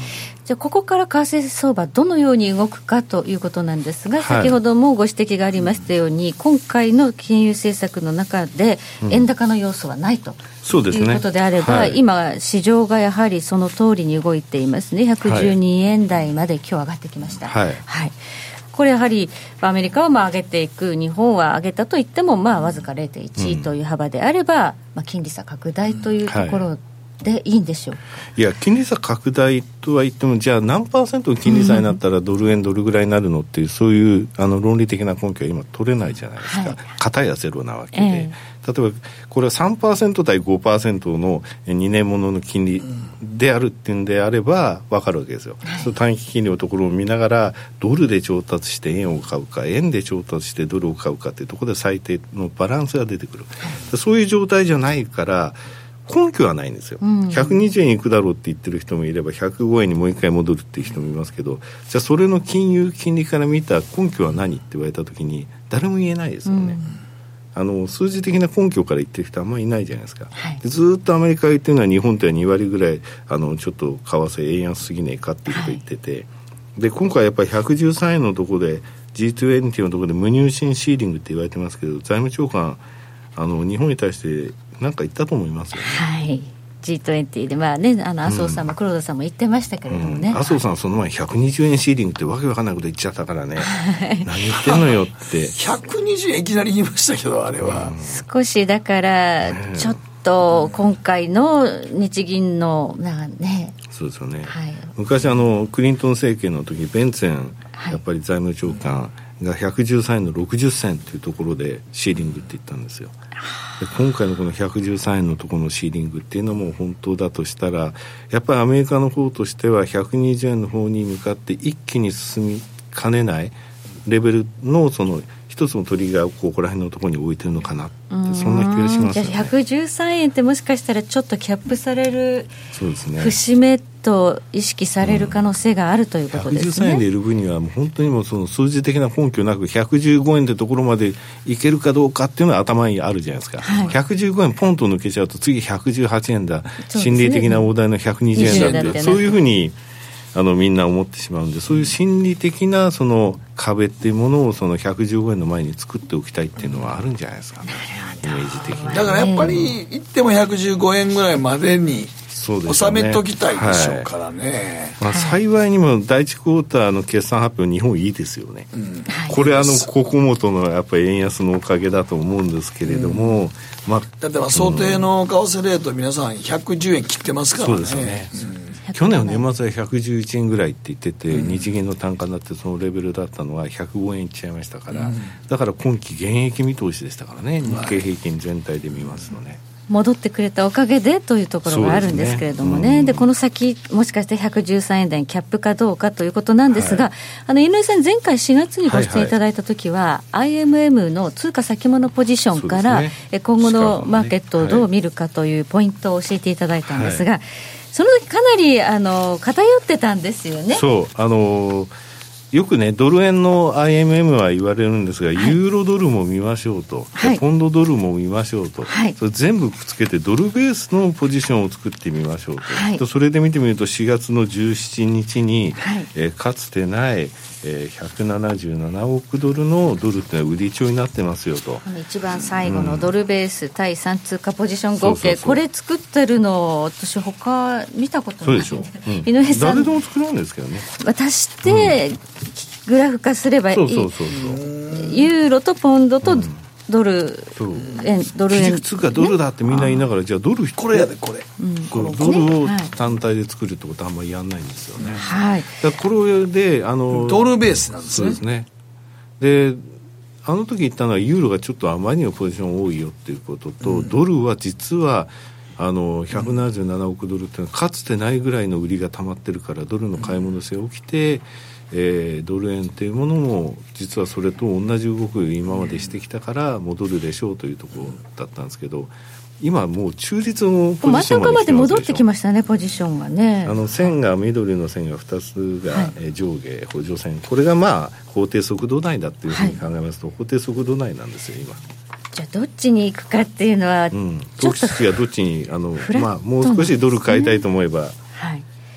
じゃあここから為替相場どのように動くかということなんですが、はい、先ほどもご指摘がありましたように、今回の金融政策の中で円高の要素はないと、うん、そうですね、いうことであれば、はい、今市場がやはりその通りに動いていますね。ひゃくじゅうにえん台まで今日上がってきました。はい、はい、これやはりアメリカはまあ上げていく、日本は上げたといってもまあわずか れいてんいち という幅であれば、うん、まあ、金利差拡大というところでいいんでしょうか。 いや、金利差拡大とは言っても、じゃあ何パーセントの金利差になったらドル円どれぐらいになるのっていう、そういうあの論理的な根拠は今取れないじゃないですか、はい、片やゼロなわけで、えー、例えばこれは さんパーセント 対 ごパーセント のにねんものの金利であるっていうんであれば分かるわけですよ、はい、その短期金利のところを見ながらドルで調達して円を買うか、円で調達してドルを買うかっていうところで最低のバランスが出てくる、はい、そういう状態じゃないから根拠はないんですよ、うん、ひゃくにじゅうえんいくだろうって言ってる人もいればひゃくごえんにもう一回戻るっていう人もいますけど、じゃあそれの金融金利から見た根拠は何って言われた時に誰も言えないですよね、うん、あの数字的な根拠から言ってる人あんまりいないじゃないですか、はい、でずっとアメリカが言ってるのは日本ってはにわりぐらいあのちょっと為替円安すぎねえかっていうことを言ってて、はい、で今回やっぱりひゃくじゅうさんえんのところで ジーにじゅう のところで無入信シーリングって言われてますけど、財務長官あの日本に対して何か言ったと思いますよね。 はい、ジーにじゅう で、まあね、あの麻生さんも黒田さんも言ってましたけれどもね、 うんうん、麻生さんその前ひゃくにじゅうえんシーリングってわけわかんないこと言っちゃったからね何言ってんのよってひゃくにじゅうえんいきなり言いましたけど、あれは、うん、 少しだからちょっと今回の日銀のなんかね、 そうですよね、はい、昔あのクリントン政権の時ベンツェンやっぱり財務長官がひゃくじゅうさんえんのろくじゅっせんというところでシーリングって言ったんですよ。で今回のこのひゃくじゅうさんえんのところのシーリングっていうのも本当だとしたら、やっぱりアメリカの方としてはひゃくにじゅうえんの方に向かって一気に進みかねないレベルのその一つのトリガーをここら辺のところに置いてるのかなって、そんな気がしますよね。 じゃあひゃくじゅうさんえんってもしかしたらちょっとキャップされる、そうですね、節目と意識される可能性があるということですね。ひゃくじゅうさんえんでいる分にはもう本当にもうその数字的な根拠なくひゃくじゅうごえんってところまでいけるかどうかっていうのは頭にあるじゃないですか、はい、ひゃくじゅうごえんポンと抜けちゃうと次ひゃくじゅうはちえんだ、心理的な大台のひゃくにじゅうえんだって、そういうふうにあのみんな思ってしまうんで、そういう心理的なその壁っていうものをそのひゃくじゅうごえんの前に作っておきたいっていうのはあるんじゃないですかね、イメージ的に。 だからやっぱり言ってもひゃくじゅうごえんぐらいまでに収めときたいでしょうからね、はいまあ、幸いにも第一クォーターの決算発表日本いいですよね、うん、これあのここもとのやっぱり円安のおかげだと思うんですけれども、うんまあ、 だってまあ想定の為替レート皆さんひゃくじゅうえん切ってますからね。 そうですよね、うん去年は年末はひゃくじゅういちえんぐらいって言ってて、うん、日銀の単価になってそのレベルだったのはひゃくごえんいっちゃいましたから、うん、だから今期現役見通しでしたからね、日経平均全体で見ますとね、 戻ってくれたおかげでというところがあるんですけれども ね, で, ね、うん、でこの先もしかしてひゃくじゅうさんえん台にキャップかどうかということなんですが、はい、あの井上さん前回しがつにご出演いただいた時は、はいはい、アイエムエム の通貨先物ポジションから、ね、今後のマーケットをどう見るかというポイントを教えていただいたんですが、はい、その時かなりあの偏ってたんですよね。 そうあのよくねドル円の アイエムエム は言われるんですが、はい、ユーロドルも見ましょうと、はい、ポンドドルも見ましょうと、はい、それ全部くっつけてドルベースのポジションを作ってみましょうと、はい、それで見てみるとしがつのじゅうしちにちに、はいえー、かつてない、えー、ひゃくななじゅうななおくドルのドルってのは売り調になってますよと。 一番最後のドルベース対さん通貨ポジション合計、うん、そうそうそうこれ作ってるの私他見たことない。 そうでしょ、うん、井上さん誰でも作るんですけどね。 私って、うんグラフ化すればいい。そうそうそうそうユーロとポンドとドル、うん、円ドル円基軸通貨ドルだってみんな言いながら、じゃあドルこれやでこれ、 うん、このドルを単体で作るってことはあんまりやんないんですよね、はい、だからこれであのドルベースなんですね。 そうですね。であの時言ったのはユーロがちょっとあまりにもポジション多いよっていうことと、うん、ドルは実はあのひゃくななじゅうななおくドルっていうのはかつてないぐらいの売りが溜まってるからドルの買い戻しが起きて、えー、ドル円っていうものも実はそれと同じ動きを今までしてきたから戻るでしょうというところだったんですけど、今もう中立のポジションまで来てますでしょ。真ん中まで戻ってきましたねポジションがね。 あの線が緑の線がふたつが、はい、上下補助線、これがまあ法定速度内だっていうふうに考えますと、はい、法定速度内なんですよ今。 じゃあどっちに行くかっていうのは、 うん、投機筋がどっちにあの、まあ、もう少しドル買いたいと思えば、うんはい、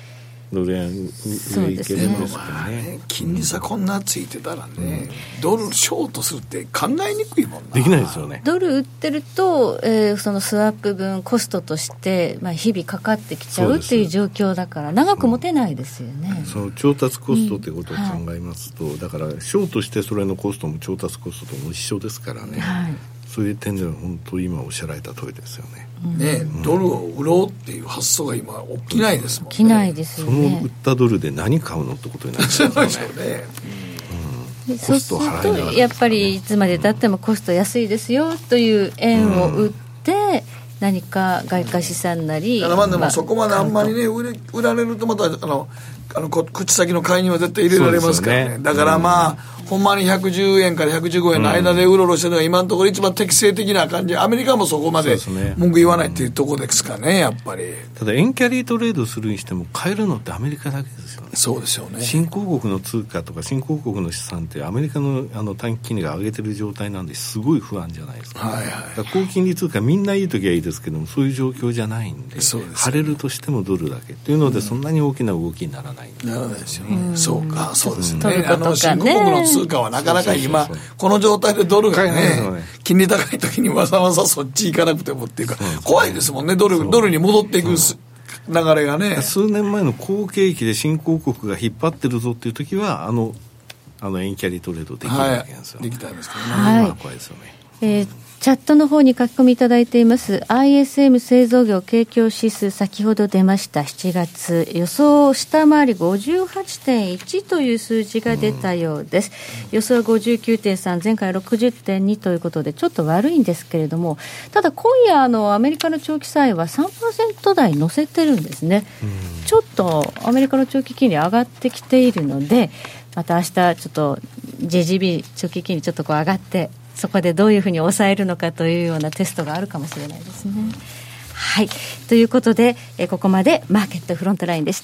ドル円上いけるんですけどね、ね金利差こんなついてたらね、うん、ドルショートするって考えにくいもんな。 できないですよね。 ドル売ってると、えー、そのスワップ分コストとして、まあ、日々かかってきちゃうっていう状況だから長く持てないですよね、うん、 その調達コストってことを考えますと、うんはい、だからショートしてそれのコストも調達コストとも一緒ですからね、はい、そういう点では本当に今おっしゃられた通りですよね。 ね、うん、ドルを売ろうっていう発想が今起きないですもんね。 起きないですよね。 その売ったドルで何買うのってことになっちゃうんですよね。 うん、そうするとやっぱりいつまでたってもコスト安いですよという円を売って何か外貨資産なり、 うん、まあでもそこまであんまりね売れ売られるとまたあのあの口先の買いには絶対入れられますからね。だからまあ、うん、ほんまにひゃくじゅうえんからひゃくじゅうごえんの間でうろうろしてるのが今のところ一番適正的な感じ。アメリカもそこまで文句言わないっていうところですかね、やっぱり。 ただ円キャリートレードするにしても買えるのってアメリカだけですよね。 そうですよね。 新興国の通貨とか新興国の資産ってアメリカ の, あの短期金利が上げてる状態なんですごい不安じゃないですか。はいはい、だから高金利通貨みんないい時はいいですけどもそういう状況じゃないん で, そうです、ね、晴れるとしてもドルだけっていうのでそんなに大きな動きにならないんで、 うん、ならないですよね、うん、そうかそうですね、うん、あの新興国の通貨はなかなか今そうそうそうこの状態でドルが ね, ね金利高い時にわざわざそっち行かなくてもっていうか怖いですもんね。ドルドルに戻っていく流れがね。 数年前の好景気で新興国が引っ張ってるぞっていう時はあのあの円キャリートレードできるわけなんですよ、 はい、できたんですけどね、 はいまあ、怖いですよね。 えーチャットの方に書き込みいただいています アイエスエム 製造業景況指数先ほど出ましたしちがつ予想を下回り ごじゅうはちてんいち という数字が出たようです、うん、予想は ごじゅうきゅうてんさん 前回 ろくじゅってんに ということでちょっと悪いんですけれどもただ今夜のアメリカの長期債は さんパーセント 台乗せてるんですね、うん、ちょっとアメリカの長期金利上がってきているのでまた明日ちょっと ジェイジービー 長期金利ちょっとこう上がってそこでどういうふうに抑えるのかというようなテストがあるかもしれないですね。はい、ということでえここまでマーケットフロントラインでした。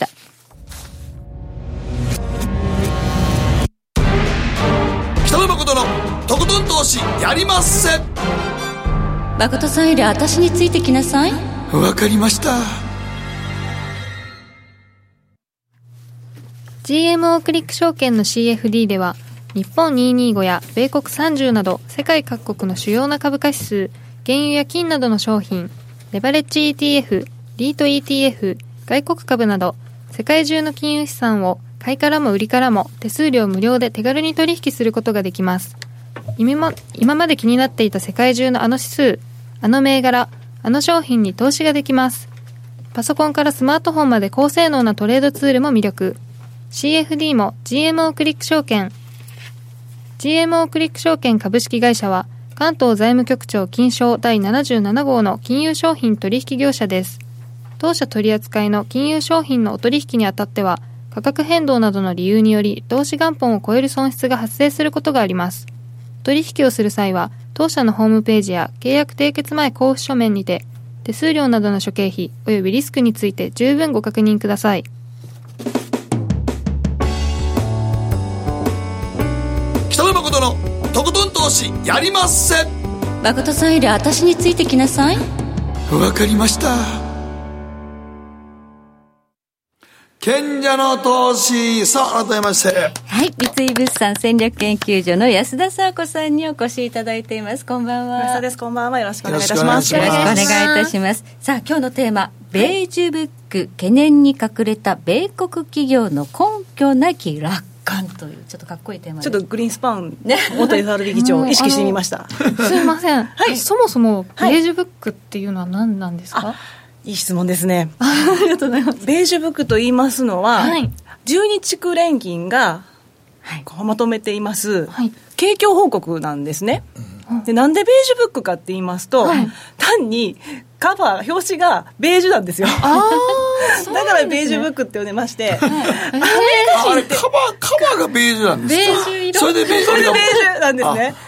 北野誠のとことん投資やりまっせ。 誠さんより私についてきなさい。 わかりました。 ジーエムオー クリック証券の シーエフディー では日本にひゃくにじゅうごや米国さんじゅうなど世界各国の主要な株価指数、原油や金などの商品、レバレッジ イーティーエフ、リート イーティーエフ、外国株など世界中の金融資産を買いからも売りからも手数料無料で手軽に取引することができます。今, 今まで気になっていた世界中のあの指数、あの銘柄、あの商品に投資ができます。パソコンからスマートフォンまで高性能なトレードツールも魅力。 シーエフディー も ジーエムオー クリック証券ジーエムオー クリック証券株式会社は関東財務局長金商だいななじゅうなな号の金融商品取引業者です。当社取扱いの金融商品のお取引にあたっては価格変動などの理由により投資元本を超える損失が発生することがあります。取引をする際は当社のホームページや契約締結前交付書面にて手数料などの諸経費およびリスクについて十分ご確認ください。 北野誠のとことん投資やりまっせ。 誠さんより私についてきなさい。 わかりました。賢者の投資。さあ改めましてはい三井物産戦略研究所の安田佐和子さんにお越しいただいています。こんばんは。 安田です。こんばんは。よろしくお願いいたします。 よろしくお願いいたします。さあ今日のテーマベージュブック懸念に隠れた米国企業の根拠なき楽観というちょっとかっこいいテーマでちょっとグリーンスパン、ね、元 エフアールビー 議長を意識してみましたすいません、はい、そもそもベージュブックっていうのは何なんですか？はい、 いい質問ですねありがとうございます。ベージュブックと言いますのは、はい、じゅうに地区連銀がこうまとめています、はい、景況報告なんですね、うん、でなんでベージュブックかって言いますと、はい、単にカバー表紙がベージュなんですよ。あだからベージュブックって呼んでまして、はい、 あれカバーカバーがベージュなんですか？ ベージュ色それでベージュそれでベージュなんですね。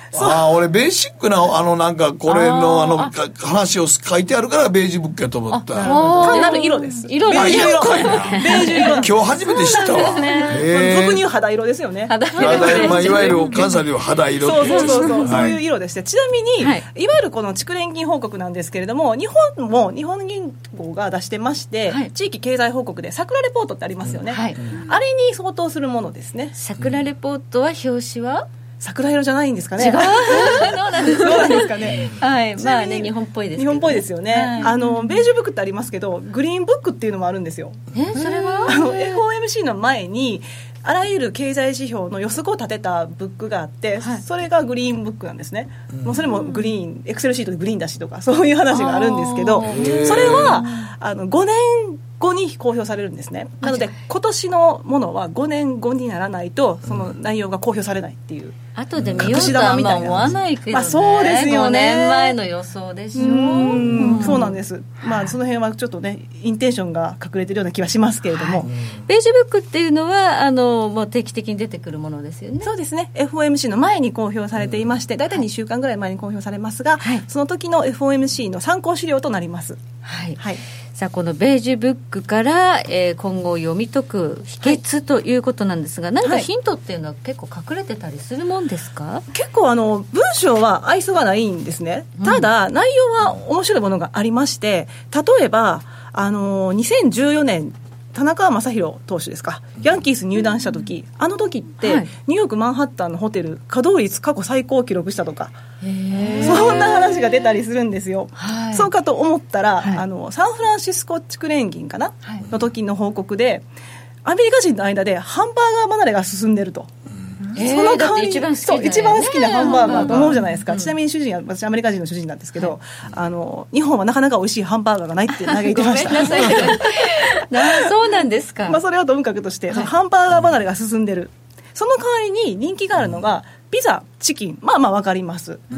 ああ、俺ベーシックなあのなんかこれのあの話を書いてあるからベージュブックやと思った。 単なる色です。 色です。ベージュ色かいな。 ベージュ色。 今日初めて知ったわ。 俗に言う肌色ですよね。 肌色。まあいわゆる関西では肌色ってそうそうそうそう、そういう色でして、ちなみに、はい、いわゆるこの蓄連金報告なんですけれども、日本も日本銀行が出してまして、はい、地域経済報告で桜レポートってありますよね。はい、あれに相当するものですね。 桜レポートは表紙は桜色じゃないんですかね。 違うそうなんですそうなんですかね。 はい、まあね、日本っぽいですけど、ね、 日本っぽいですよね、はい、あのベージュブックってありますけど、グリーンブックっていうのもあるんですよ。 えそれはあの エフオーエムシー の前にあらゆる経済指標の予測を立てたブックがあって、はい、それがグリーンブックなんですね、うん、もうそれもグリーンエクセルシートでグリーンだしとかそういう話があるんですけど、それはあのごねんごに公表されるんですね。なので今年のものはごねんごにならないとその内容が公表されないっていう、 後で見ようとは思わないけどね、まあ、 そうですよね。 ごねんまえの予想でしょ。ううんそうなんです、まあ、その辺はちょっとねインテンションが隠れてるような気はしますけれども、はい、 ベージュブックっていうのはあのもう定期的に出てくるものですよね。 そうですね。 エフオーエムシー の前に公表されていまして、だいたいにしゅうかんぐらい前に公表されますが、はい、その時の エフオーエムシー の参考資料となります。 はい、はい、さあこのベージュブックから、えー、今後読み解く秘訣ということなんですが、はい、何かヒントっていうのは結構隠れてたりするもんですか？はい、 結構あの文章は愛想がないんですね。ただ、うん、内容は面白いものがありまして、例えばあのにせんじゅうよねん田中将大投手ですか、ヤンキース入団した時、あの時って、はい、ニューヨークマンハッタンのホテル稼働率過去最高を記録したとか、そんな話が出たりするんですよ。はい、そうかと思ったら、はい、あのサンフランシスコ蓄連銀かな、はい、の時の報告でアメリカ人の間でハンバーガー離れが進んでると。 えー、その代わり一番好きだよね、 一番好きなハンバーガーと思うじゃないですか、うん、ちなみに主人は私アメリカ人の主人なんですけど、はい、あの日本はなかなか美味しいハンバーガーがないって嘆いてました。ごめんなさいそうなんですか。 まあ、それはともかくとして、はい、そのハンバーガー離れが進んでる。その代わりに人気があるのがピザ、チキン、まあまあ分かります、うん、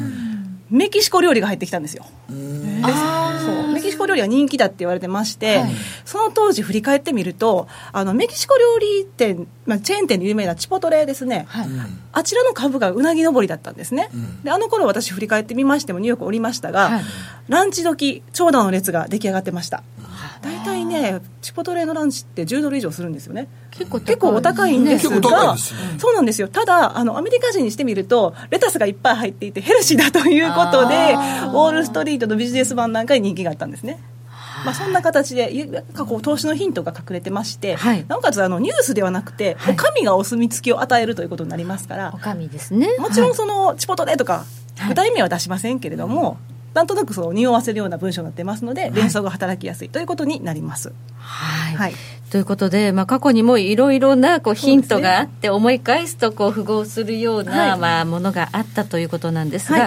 メキシコ料理が入ってきたんですよ。うんそうメキシコ料理は人気だって言われてまして、はい、その当時振り返ってみると、あのメキシコ料理店、まあ、チェーン店で有名なチポトレですね、はい、あちらの株がうなぎ登りだったんですね、うん、であの頃私振り返ってみましてもニューヨークおりましたが、はい、ランチ時長蛇の列が出来上がってました。だいたいねチポトレのランチってじゅうドル以上するんですよね。結構、結構お高いんですが、ね、そうなんですよ。ただあのアメリカ人にしてみるとレタスがいっぱい入っていてヘルシーだということでウォールストリートのビジネス版なんかに人気があったんですね。まあ、そんな形で過去投資のヒントが隠れてまして、はい、なおかつあのニュースではなくて、はい、お上がお墨付きを与えるということになりますから、 お上ですね。 もちろんその、はい、チポトレとか具体名は出しませんけれども、はい、なんとなくそう匂わせるような文章になってますので、はい、連想が働きやすいということになります。 はい、はい、ということで、まあ、過去にもいろいろなこうヒントがあって、ね、思い返すとこう符合するような、はい、まあ、ものがあったということなんですが、はい、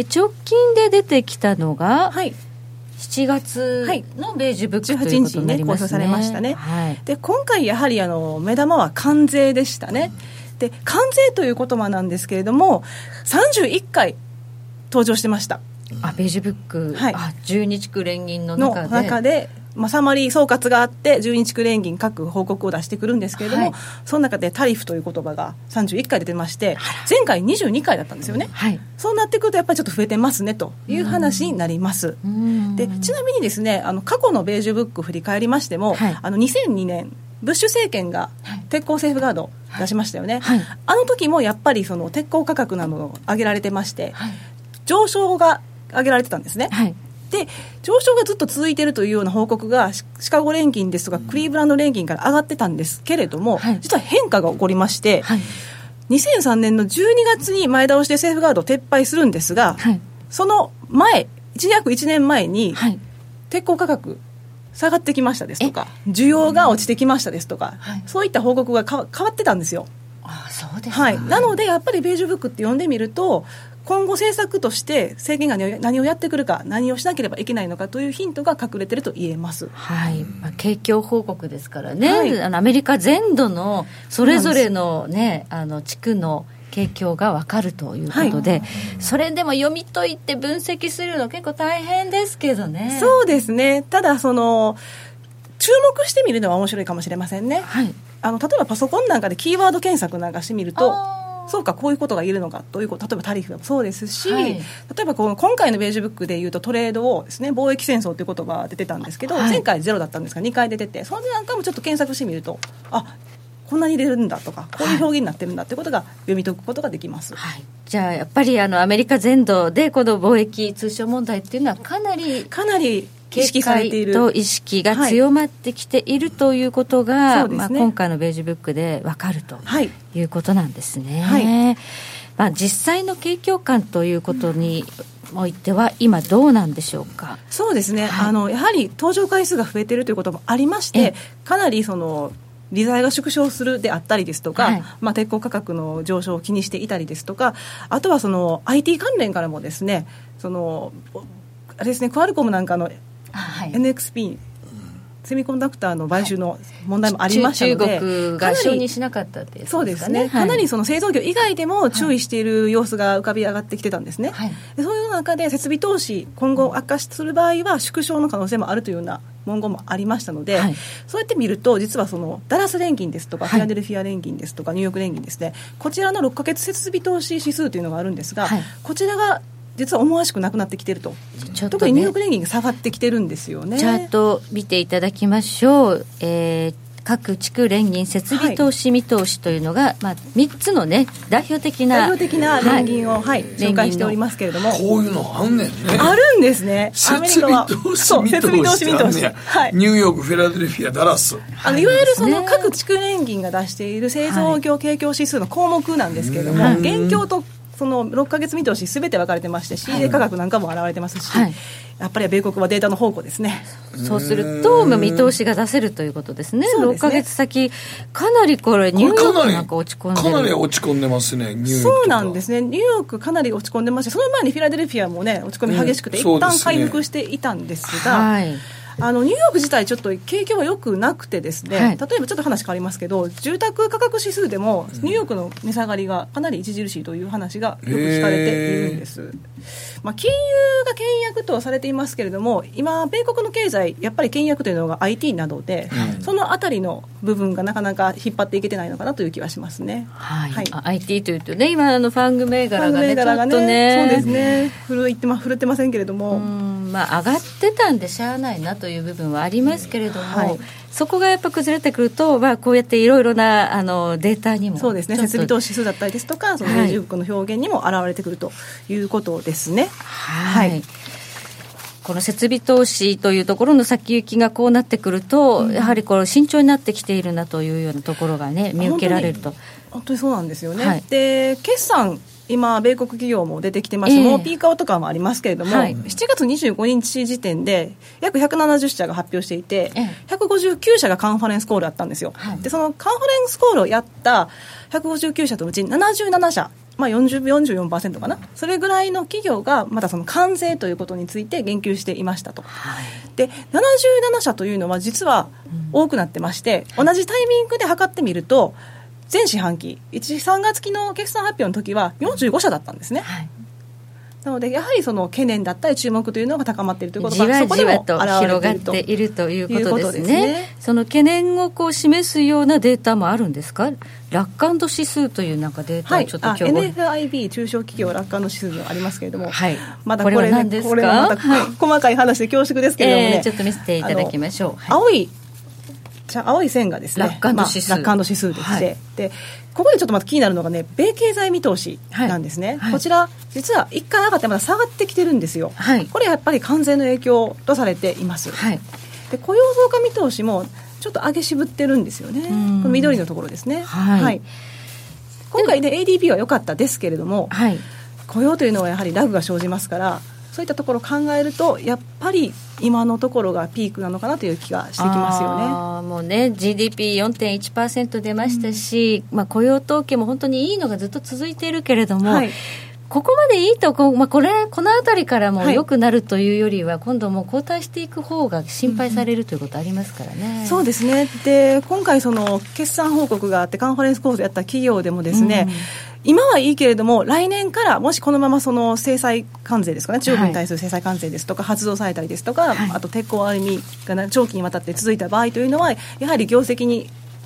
直近で出てきたのが、はい、しちがつのベージュブック、はい、ということになりますね。じゅうはちにちに、ね、公表されましたね、はい、で今回やはりあの目玉は関税でしたね。で関税という言葉なんですけれどもさんじゅういっかい登場してました。 あベージュブック、はい、あじゅうにちく連銀の中での中で、まあ、サマリー総括があってじゅうにちく連銀各報告を出してくるんですけれども、はい、その中でタリフという言葉がさんじゅういっかい出てまして、前回にじゅうにかいだったんですよね、はい、そうなってくるとやっぱりちょっと増えてますねという話になります。でちなみにですね、あの過去のベージュブックを振り返りましても、はい、あのにせんにねんブッシュ政権が鉄鋼セーフガード出しましたよね、はいはい、あの時もやっぱりその鉄鋼価格などを上げられてまして、はい、上昇が上げられてたんですね、はい、で上昇がずっと続いているというような報告がシカゴ連銀ですとかクリーブランド連銀から上がってたんですけれども、はい、実は変化が起こりまして、はい、にせんさんねんのじゅうにがつに前倒しでセーフガードを撤廃するんですが、はい、その前約いちねんまえに、はい、鉄鋼価格下がってきましたですとか需要が落ちてきましたですとか、はい、そういった報告がか変わってたんですよ。 あそうですか、 はい、なのでやっぱりベージュブックって読んでみると今後政策として政権が何をやってくるか何をしなければいけないのかというヒントが隠れていると言えます、 はいまあ、景況報告ですからね、はい、あのアメリカ全土のそれぞれの、ね、あの地区の景況が分かるということで、はい、それでも読み解いて分析するの結構大変ですけどね。 そうですね。ただその注目してみるのは面白いかもしれませんね、はい、あの例えばパソコンなんかでキーワード検索なんかしてみるとそうかこういうことが言えるのかということ、例えばタリフもそうですし、 はい、 例えばこの今回のベージュブックでいうとトレードをですね、貿易戦争という言葉が出てたんですけど、はい、前回ゼロだったんですがにかい出てて、それなんかもちょっと検索してみると、あこんなに出るんだとか、こういう表現になってるんだということが読み解くことができます、 はい、じゃあやっぱりあのアメリカ全土でこの貿易通商問題っていうのはかなりかなり意識されている、 と意識が強まってきているということが、はい、まあ、今回のベージュブックで分かるということなんですね、はい、まあ、実際の景況感ということにおいては今どうなんでしょうか。 そうですね、はい、あのやはり搭乗回数が増えているということもありまして、かなりその利材が縮小するであったりですとか、はい、まあ、鉄鋼価格の上昇を気にしていたりですとか、あとはその アイティー 関連からもですね、そのあれですね、クアルコムなんかの エヌエックスピー、はい、セミコンダクターの買収の問題もありましたので、 中国が承認しなかったってやつですかね。 そうですね、かなりその製造業以外でも注意している様子が浮かび上がってきてたんですね、はい、でそういう中で設備投資今後悪化する場合は縮小の可能性もあるというような文言もありましたので、はい、そうやって見ると実はそのダラス連銀ですとか、はい、フィラデルフィア連銀ですとかニューヨーク連銀ですね、こちらのろっかげつ設備投資指数というのがあるんですが、はい、こちらが実は思わしくなくなってきていると、ちょっとね、特にニューヨーク連銀が下がってきてるんですよね。 チャート見ていただきましょう、えー、各地区連銀設備投資見通しというのが、はい、まあ、みっつのね代表的な代表的な連銀を、はいはい、紹介しておりますけれども、 こういうのあんねんね。 あるんですね。 設備投資見通しあんねん、はい、ニューヨーク、フィラデルフィア、ダラス、 あのいわゆるその各地区連銀が出している製造業景況指数の項目なんですけれども、はい、現況とそのろっかげつ見通しすべて分かれてまして、仕入れ価格なんかも現れてますし、はい、やっぱり米国はデータの宝庫ですね。 そうすると見通しが出せるということですね。ろっかげつ先かなりこれニューヨークなんか落ち込んでる、 かなり落ち込んでますね。ニューヨークそうなんですね、ニューヨークかなり落ち込んでまして、その前にフィラデルフィアもね落ち込み激しくて、うん、一旦回復していたんですが、はい、あのニューヨーク自体ちょっと景況は良くなくてですね、はい、例えばちょっと話変わりますけど、住宅価格指数でもニューヨークの値下がりがかなり著しいという話がよく聞かれているんです、まあ、金融が牽引とはされていますけれども、今米国の経済やっぱり牽引というのが アイティー などで、はい、そのあたりの部分がなかなか引っ張っていけてないのかなという気はしますね、 はいはい、アイティー というとね、今のファング銘柄がね、 がねちょっとね、そうですね、振るってま、振るってませんけれども、 うん、まあ、上がってたんでしゃあないなという部分はありますけれども、はい、そこがやっぱ崩れてくると、まあ、こうやっていろいろなあのデータにもそうですね、設備投資数だったりですとか、そのベージュブックの表現にも現れてくるということですね。 はい、はい、この設備投資というところの先行きがこうなってくると、うん、やはりこう慎重になってきているなというようなところがね見受けられると。 本当に、本当にそうなんですよね、はい、で決算今米国企業も出てきてまして、えー、もうピーカーとかもありますけれども、はい、しちがつにじゅうごにち時点で約ひゃくななじゅっしゃが発表していて、えー、ひゃくごじゅうきゅうしゃがカンファレンスコールあったんですよ、はい、でそのカンファレンスコールをやったひゃくごじゅうきゅうしゃのうちななじゅうななしゃ、まあ、よんじゅう、よんじゅうよんパーセント かな、それぐらいの企業がまたその関税ということについて言及していましたと、はい、でななじゅうななしゃというのは実は多くなってまして、うん、同じタイミングで測ってみると前四半期いち、さんがつ期の決算発表の時はよんじゅうごしゃだったんですね、はい、なのでやはりその懸念だったり注目というのが高まっているということがじわじわと広がっているということですね。ですね、その懸念をこう示すようなデータもあるんですか。楽観度指数というなんかデータをちょっと今日、はい、 エヌエフアイビー 中小企業楽観度指数がありますけれども、 はい、 まだこれ、ね、これは何ですか。これはまた、はい、細かい話で恐縮ですけれどもね、 えー、ちょっと見せていただきましょう。 はい、青い青い線がですね、 楽観度指数、 まあ、楽観度指数でして、はい、でここでちょっとまた気になるのがね、米経済見通しなんですね、はい、こちら実は一回上がってまだ下がってきてるんですよ、はい、これやっぱり関税の影響とされています、はい、で雇用増加見通しもちょっと上げ渋ってるんですよね。この緑のところですね、はいはい、今回ね エーディーピー は良かったですけれども、はい、雇用というのはやはりラグが生じますから、そういったところを考えるとやっぱり今のところがピークなのかなという気がしてきますよね。 あもうね ジーディーピーよんてんいちパーセント 出ましたし、うんまあ、雇用統計も本当にいいのがずっと続いているけれども、はい、ここまでいいとこ、まあ、これこのあたりからも良くなるというよりは、はい、今度もう後退していく方が心配されるということありますからね、 うん、そうですね。で今回その決算報告があってカンファレンスコールやった企業でもですね、うん今はいいけれども来年からもしこのままその制裁関税ですかね、中国に対する制裁関税ですとか発動されたりですとか、はい、あと鉄鋼アルミが長期にわたって続いた場合というのはやはり業績に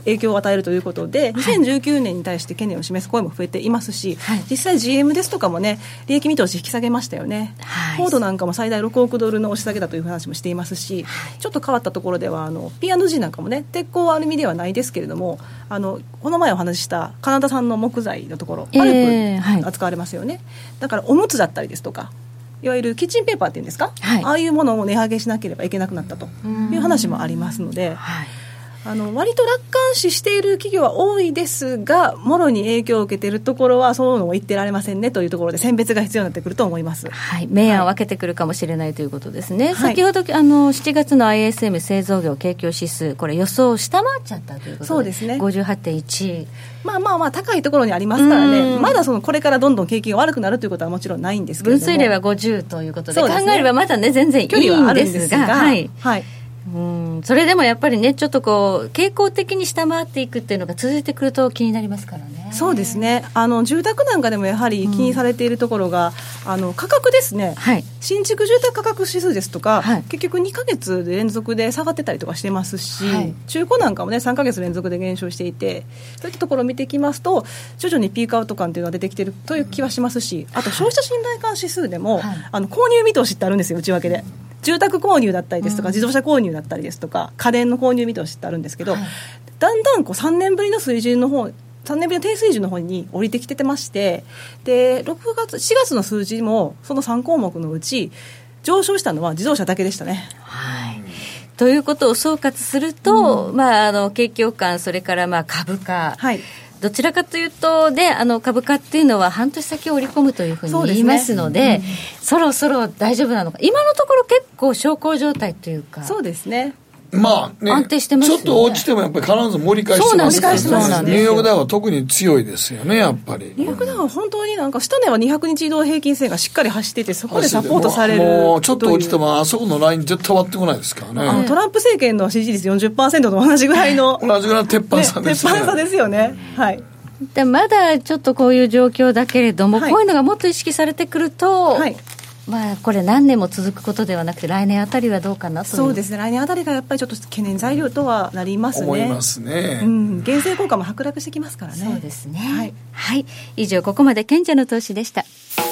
影響を与えるということで、にせんじゅうきゅうねんに対して懸念を示す声も増えていますし、はい、実際 ジーエム ですとかもね、利益見通し引き下げましたよね、はい、フォードなんかも最大ろくおくドルの押し下げだという話もしていますし、はい、ちょっと変わったところではあの ピーアンドジー なんかもね、鉄鋼はアルミではないですけれども、あのこの前お話ししたカナダ産の木材のところ、パルプ扱われますよね、えーはい、だからおむつだったりですとか、いわゆるキッチンペーパーっていうんですか、はい、ああいうものを値上げしなければいけなくなったという話もありますので、はい、あの割と楽観視している企業は多いですが、もろに影響を受けているところはそういうのを言ってられませんねというところで選別が必要になってくると思います、 はい、明暗を分けてくるかもしれないということですね、はい、先ほどあのしちがつの アイエスエム 製造業景況指数、これ予想を下回っちゃったということで、 そうですね、 ごじゅうはってんいち、 まあまあまあ高いところにありますからね、まだそのこれからどんどん景気が悪くなるということはもちろんないんですけれども、 分水嶺はごじゅうということで、考えればまだね全然いいんですが、距離はあるんですが、はい、はい、うんそれでもやっぱりね、ちょっとこう傾向的に下回っていくっていうのが続いてくると気になりますからね。 そうですね、あの住宅なんかでもやはり気にされているところが、うん、あの価格ですね、はい、新築住宅価格指数ですとか、はい、結局にかげつ連続で下がってたりとかしてますし、はい、中古なんかもねさんかげつ連続で減少していて、そういったところを見てきますと徐々にピークアウト感というのが出てきているという気はしますし、あと消費者信頼感指数でも、はい、あの購入見通しってあるんですよ、内訳で。住宅購入だったりですとか、うん、自動車購入だったりですとか、家電の購入見通しってあるんですけど、はい、だんだんこうさんねんぶりの水準の方さんねんぶりの低水準の方に降りてきててまして、でろくがつしがつの数字もそのさんこうもくのうち上昇したのは自動車だけでしたね。 はい、ということを総括すると、うん、まあ、あの景況感、それからまあ株価、はい、どちらかというと、ね、あの株価っていうのは半年先を織り込むというふうに言いますの で, で、ね、うん、そろそろ大丈夫なのか、今のところ結構小康状態というか、 そうですね、 まあね、 安定してますよね。 ちょっと落ちてもやっぱり必ず盛り返してますからね。そうなんですよ。ニューヨークダウは特に強いですよね、やっぱり。 ニューヨークダウは本当になんか下値はにひゃくにち移動平均線がしっかり走ってて、そこでサポートされる。 もうちょっと落ちてもあそこのライン絶対割ってこないですからね。 あのトランプ政権の支持率 よんじゅっパーセント と同じぐらいの同じぐらいの鉄板差ですね。 鉄板差ですよね。はい。 でまだちょっとこういう状況だけれども、はい、こういうのがもっと意識されてくると、はい、まあ、これ何年も続くことではなくて来年あたりはどうかなという。 そうですね、来年あたりがやっぱりちょっと懸念材料とはなりますね。 思いますね、 うん、減税効果も剥落してきますからね。 そうですね、はい、はい、以上ここまで賢者の投資でした。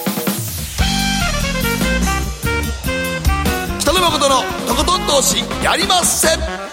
北野誠のとことん投資やりません。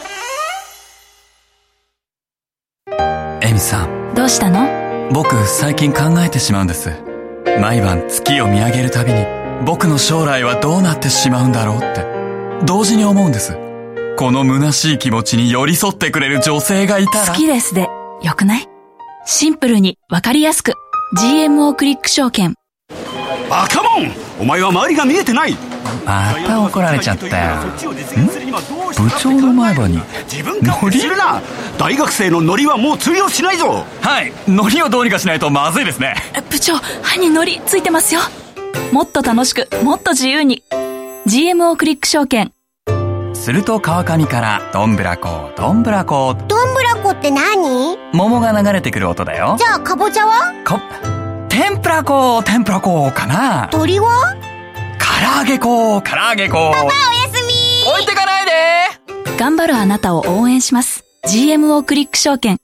エミさん、 どうしたの？ 僕最近考えてしまうんです。毎晩月を見上げるたびに僕の将来はどうなってしまうんだろうって同時に思うんです。この虚しい気持ちに寄り添ってくれる女性がいたら。 好きですでよくない？シンプルにわかりやすく ジーエムオー クリック証券。 バカモン、お前は周りが見えてない。 また怒られちゃったよ。ん？部長の前歯にノリ？ 大学生のノリはもう通用しないぞ。 はい、ノリをどうにかしないとまずいですね。 部長、歯にノリついてますよ。もっと楽しく、もっと自由に ジーエムオー クリック証券。 すると川上からどんぶらこどんぶらこ。 どんぶらこって何？ 桃が流れてくる音だよ。 じゃあかぼちゃは？ こ天ぷらこ天ぷらこかな。 鳥は？ 唐揚げこ唐揚げこ。 パパおやすみ。 置いてかないで。 頑張るあなたを応援します。 ジーエムオー クリック証券。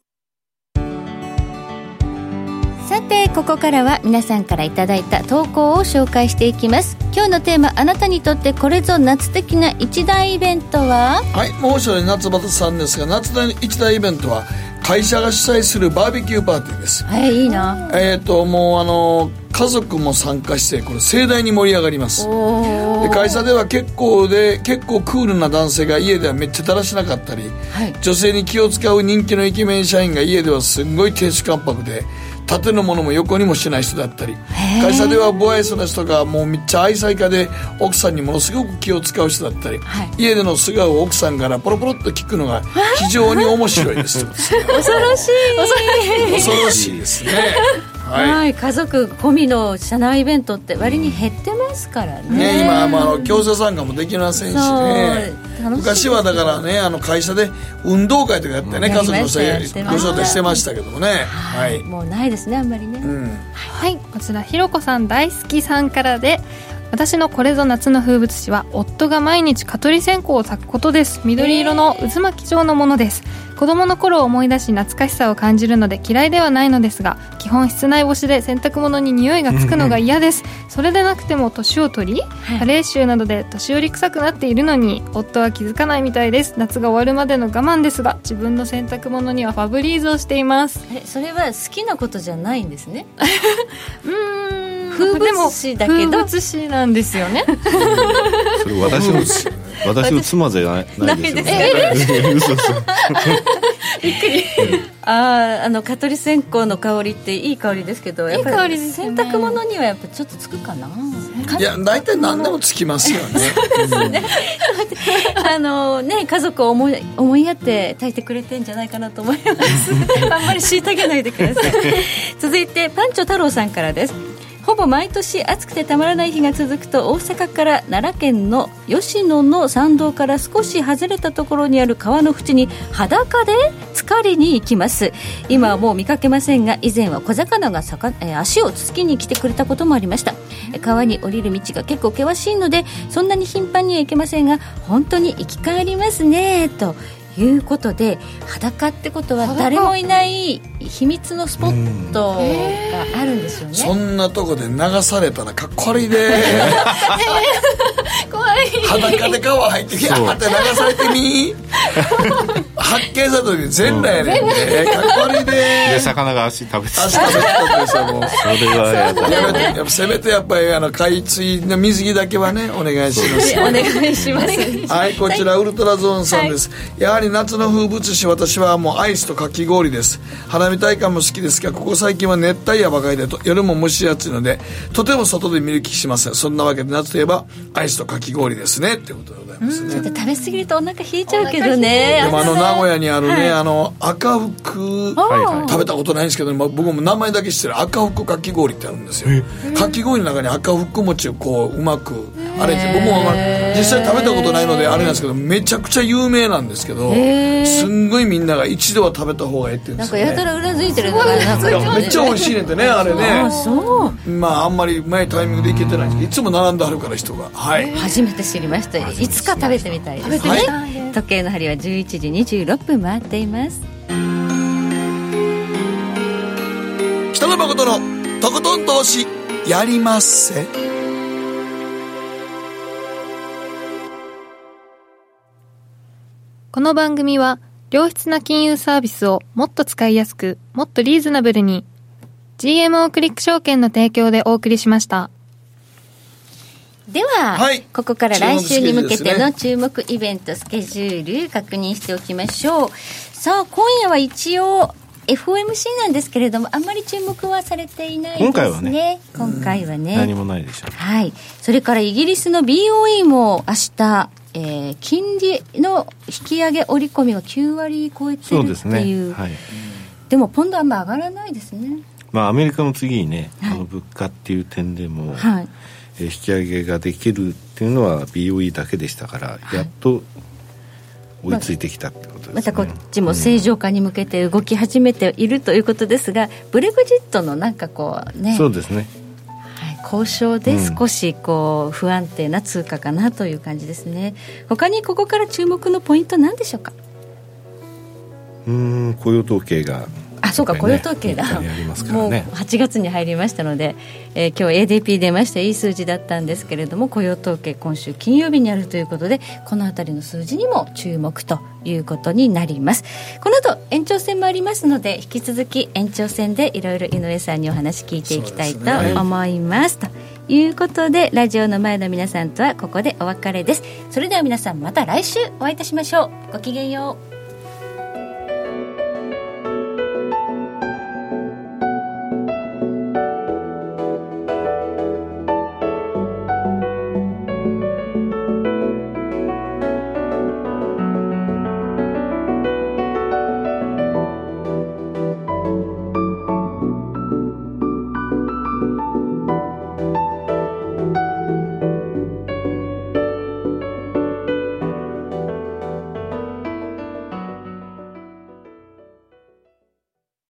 さてここからは皆さんからいただいた投稿を紹介していきます。今日のテーマ、あなたにとってこれぞ夏的な一大イベントは？ はい、もう一人夏バタさんですが、夏の一大イベントは会社が主催するバーベキューパーティーです。 はい、いいな。 えっともうあの家族も参加してこれ盛大に盛り上がります。で会社では結構で結構クールな男性が家ではめっちゃだらしなかったり、はい、女性に気を使う人気のイケメン社員が家ではすんごい亭主関白で縦のものも横にもしない人だったり、会社では不愛想な人がもうめっちゃ愛妻家で奥さんにものすごく気を使う人だったり、はい、家での素顔を奥さんからポロポロっと聞くのが非常に面白いです恐ろしい恐ろしいですね。 はい、はい、家族込みの社内イベントって割に減ってますからね。 ね、今、まあ、あの強制参加もできませんしね。昔はだからね、あの会社で運動会とかやってね、家族の人ご招待してましたけどもね、はい、 もうないですね、あんまりね、うん、 はい、こちらひろこさん大好きさんからで、 私のこれぞ夏の風物詩は夫が毎日蚊取り線香を焚くことです。緑色の渦巻き状のものです。子供の頃を思い出し懐かしさを感じるので嫌いではないのですが、基本室内干しで洗濯物に匂いがつくのが嫌です。それでなくても年を取り、加齢臭などで年寄り臭くなっているのに夫は気づかないみたいです。夏が終わるまでの我慢ですが、自分の洗濯物にはファブリーズをしています。 え、それは好きなことじゃないんですねうーん、 風物詩だけど風物詩なんですよねそれ私の私の妻じゃないですよね。 ないです嘘嘘びっくりああの蚊取り線香の香りっていい香りですけど、やっぱり洗濯物にはやっぱちょっとつくかな。 いや大体何でもつきますよねそうですねあのね、家族を思い、思いやって炊いてくれてんじゃないかなと思いますあんまり虐げないでください続いてパンチョ太郎さんからです。ほぼ毎年暑くてたまらない日が続くと、大阪から奈良県の吉野の山道から少し外れたところにある川の縁に裸で浸かりに行きます。今はもう見かけませんが、以前は小魚がさか、えー、足をつつきに来てくれたこともありました。川に降りる道が結構険しいのでそんなに頻繁には行けませんが、本当に生き返りますねということで、裸ってことは誰もいない秘密のスポットがあるんですよね。 そんなとこで流されたらかっこ悪いで怖い。 裸で川入ってきやって流されてみ発見した時に全裸やねんで、かっこ悪いでで魚が足食べて足食べてたんですよ。もうそれはやだやめて、やっぱせめてやっぱりあの海水の水着だけはねお願いしますお願いしますはい、こちらウルトラゾーンさんです、はい、やはり夏の風物詩、私はもうアイスとかき氷です。花火大会も好きですが、ここ最近は熱帯夜ばかりでと夜も蒸し暑いのでとても外で見る気しません。そんなわけで夏といえばアイスとかき氷ですねっていうことでございますね。 ちょっと食べ過ぎるとお腹冷えちゃうけどね。 でもあの名古屋にあるね、はい、あの赤福、はい、食べたことないんですけど、まあ、僕も名前だけ知ってる赤福かき氷ってあるんですよ。かき氷の中に赤福餅をこううまくあれ僕も実際食べたことないのであれなんですけど、めちゃくちゃ有名なんですけど、すんごいみんなが一度は食べた方がいいって言うんですよね。 なんかやたらうなずいてるのがなんかめっちゃ美味しいねんってね、あれね。 あ、そうまああんまり前タイミングで行けてないんですけど、いつも並んであるから人が、はい、 初めて知りました。いつか食べてみたいですね、はい、時計の針はじゅういちじにじゅうろっぷん回っています。 北野誠のとことん投資やりまっせ。 この番組は良質な金融サービスをもっと使いやすく、もっとリーズナブルに ジーエムオー クリック証券の提供でお送りしました。 では、はい、ここから来週に向けての注目イベントスケジュール確認しておきましょう。さあ今夜は一応 エフオーエムシー なんですけれども、あんまり注目はされていないですね。 今回はね、 今回はね、 何もないでしょう。 はい。それからイギリスの ビーオーイー も明日、えー、金利の引き上げ織り込みがきゅうわり超えてるっていう。そうですね、はい、でもポンドあんま上がらないですね。 まあアメリカの次にね、はい、あの物価っていう点でも、はい、えー、引き上げができるっていうのは ビーオーイー だけでしたから、はい、やっと追いついてきたってことですね。 またこっちも正常化に向けて動き始めているということですが、ブレグジットのなんかこうね、 そうですね、 交渉で少しこう不安定な通貨かなという感じですね。他にここから注目のポイント何でしょうか。 うーん、雇用統計が、 あ、そうか、ね、雇用統計だ、 ね、もうはちがつに入りましたので、えー、今日 エーディーピー 出ましていい数字だったんですけれども、雇用統計今週金曜日にあるということで、このあたりの数字にも注目ということになります。この後延長戦もありますので、引き続き延長戦でいろいろ井上さんにお話聞いていきたいと思います。ということで、ラジオの前の皆さんとはここでお別れです。それでは皆さん、また来週お会いいたしましょう。ごきげんよう。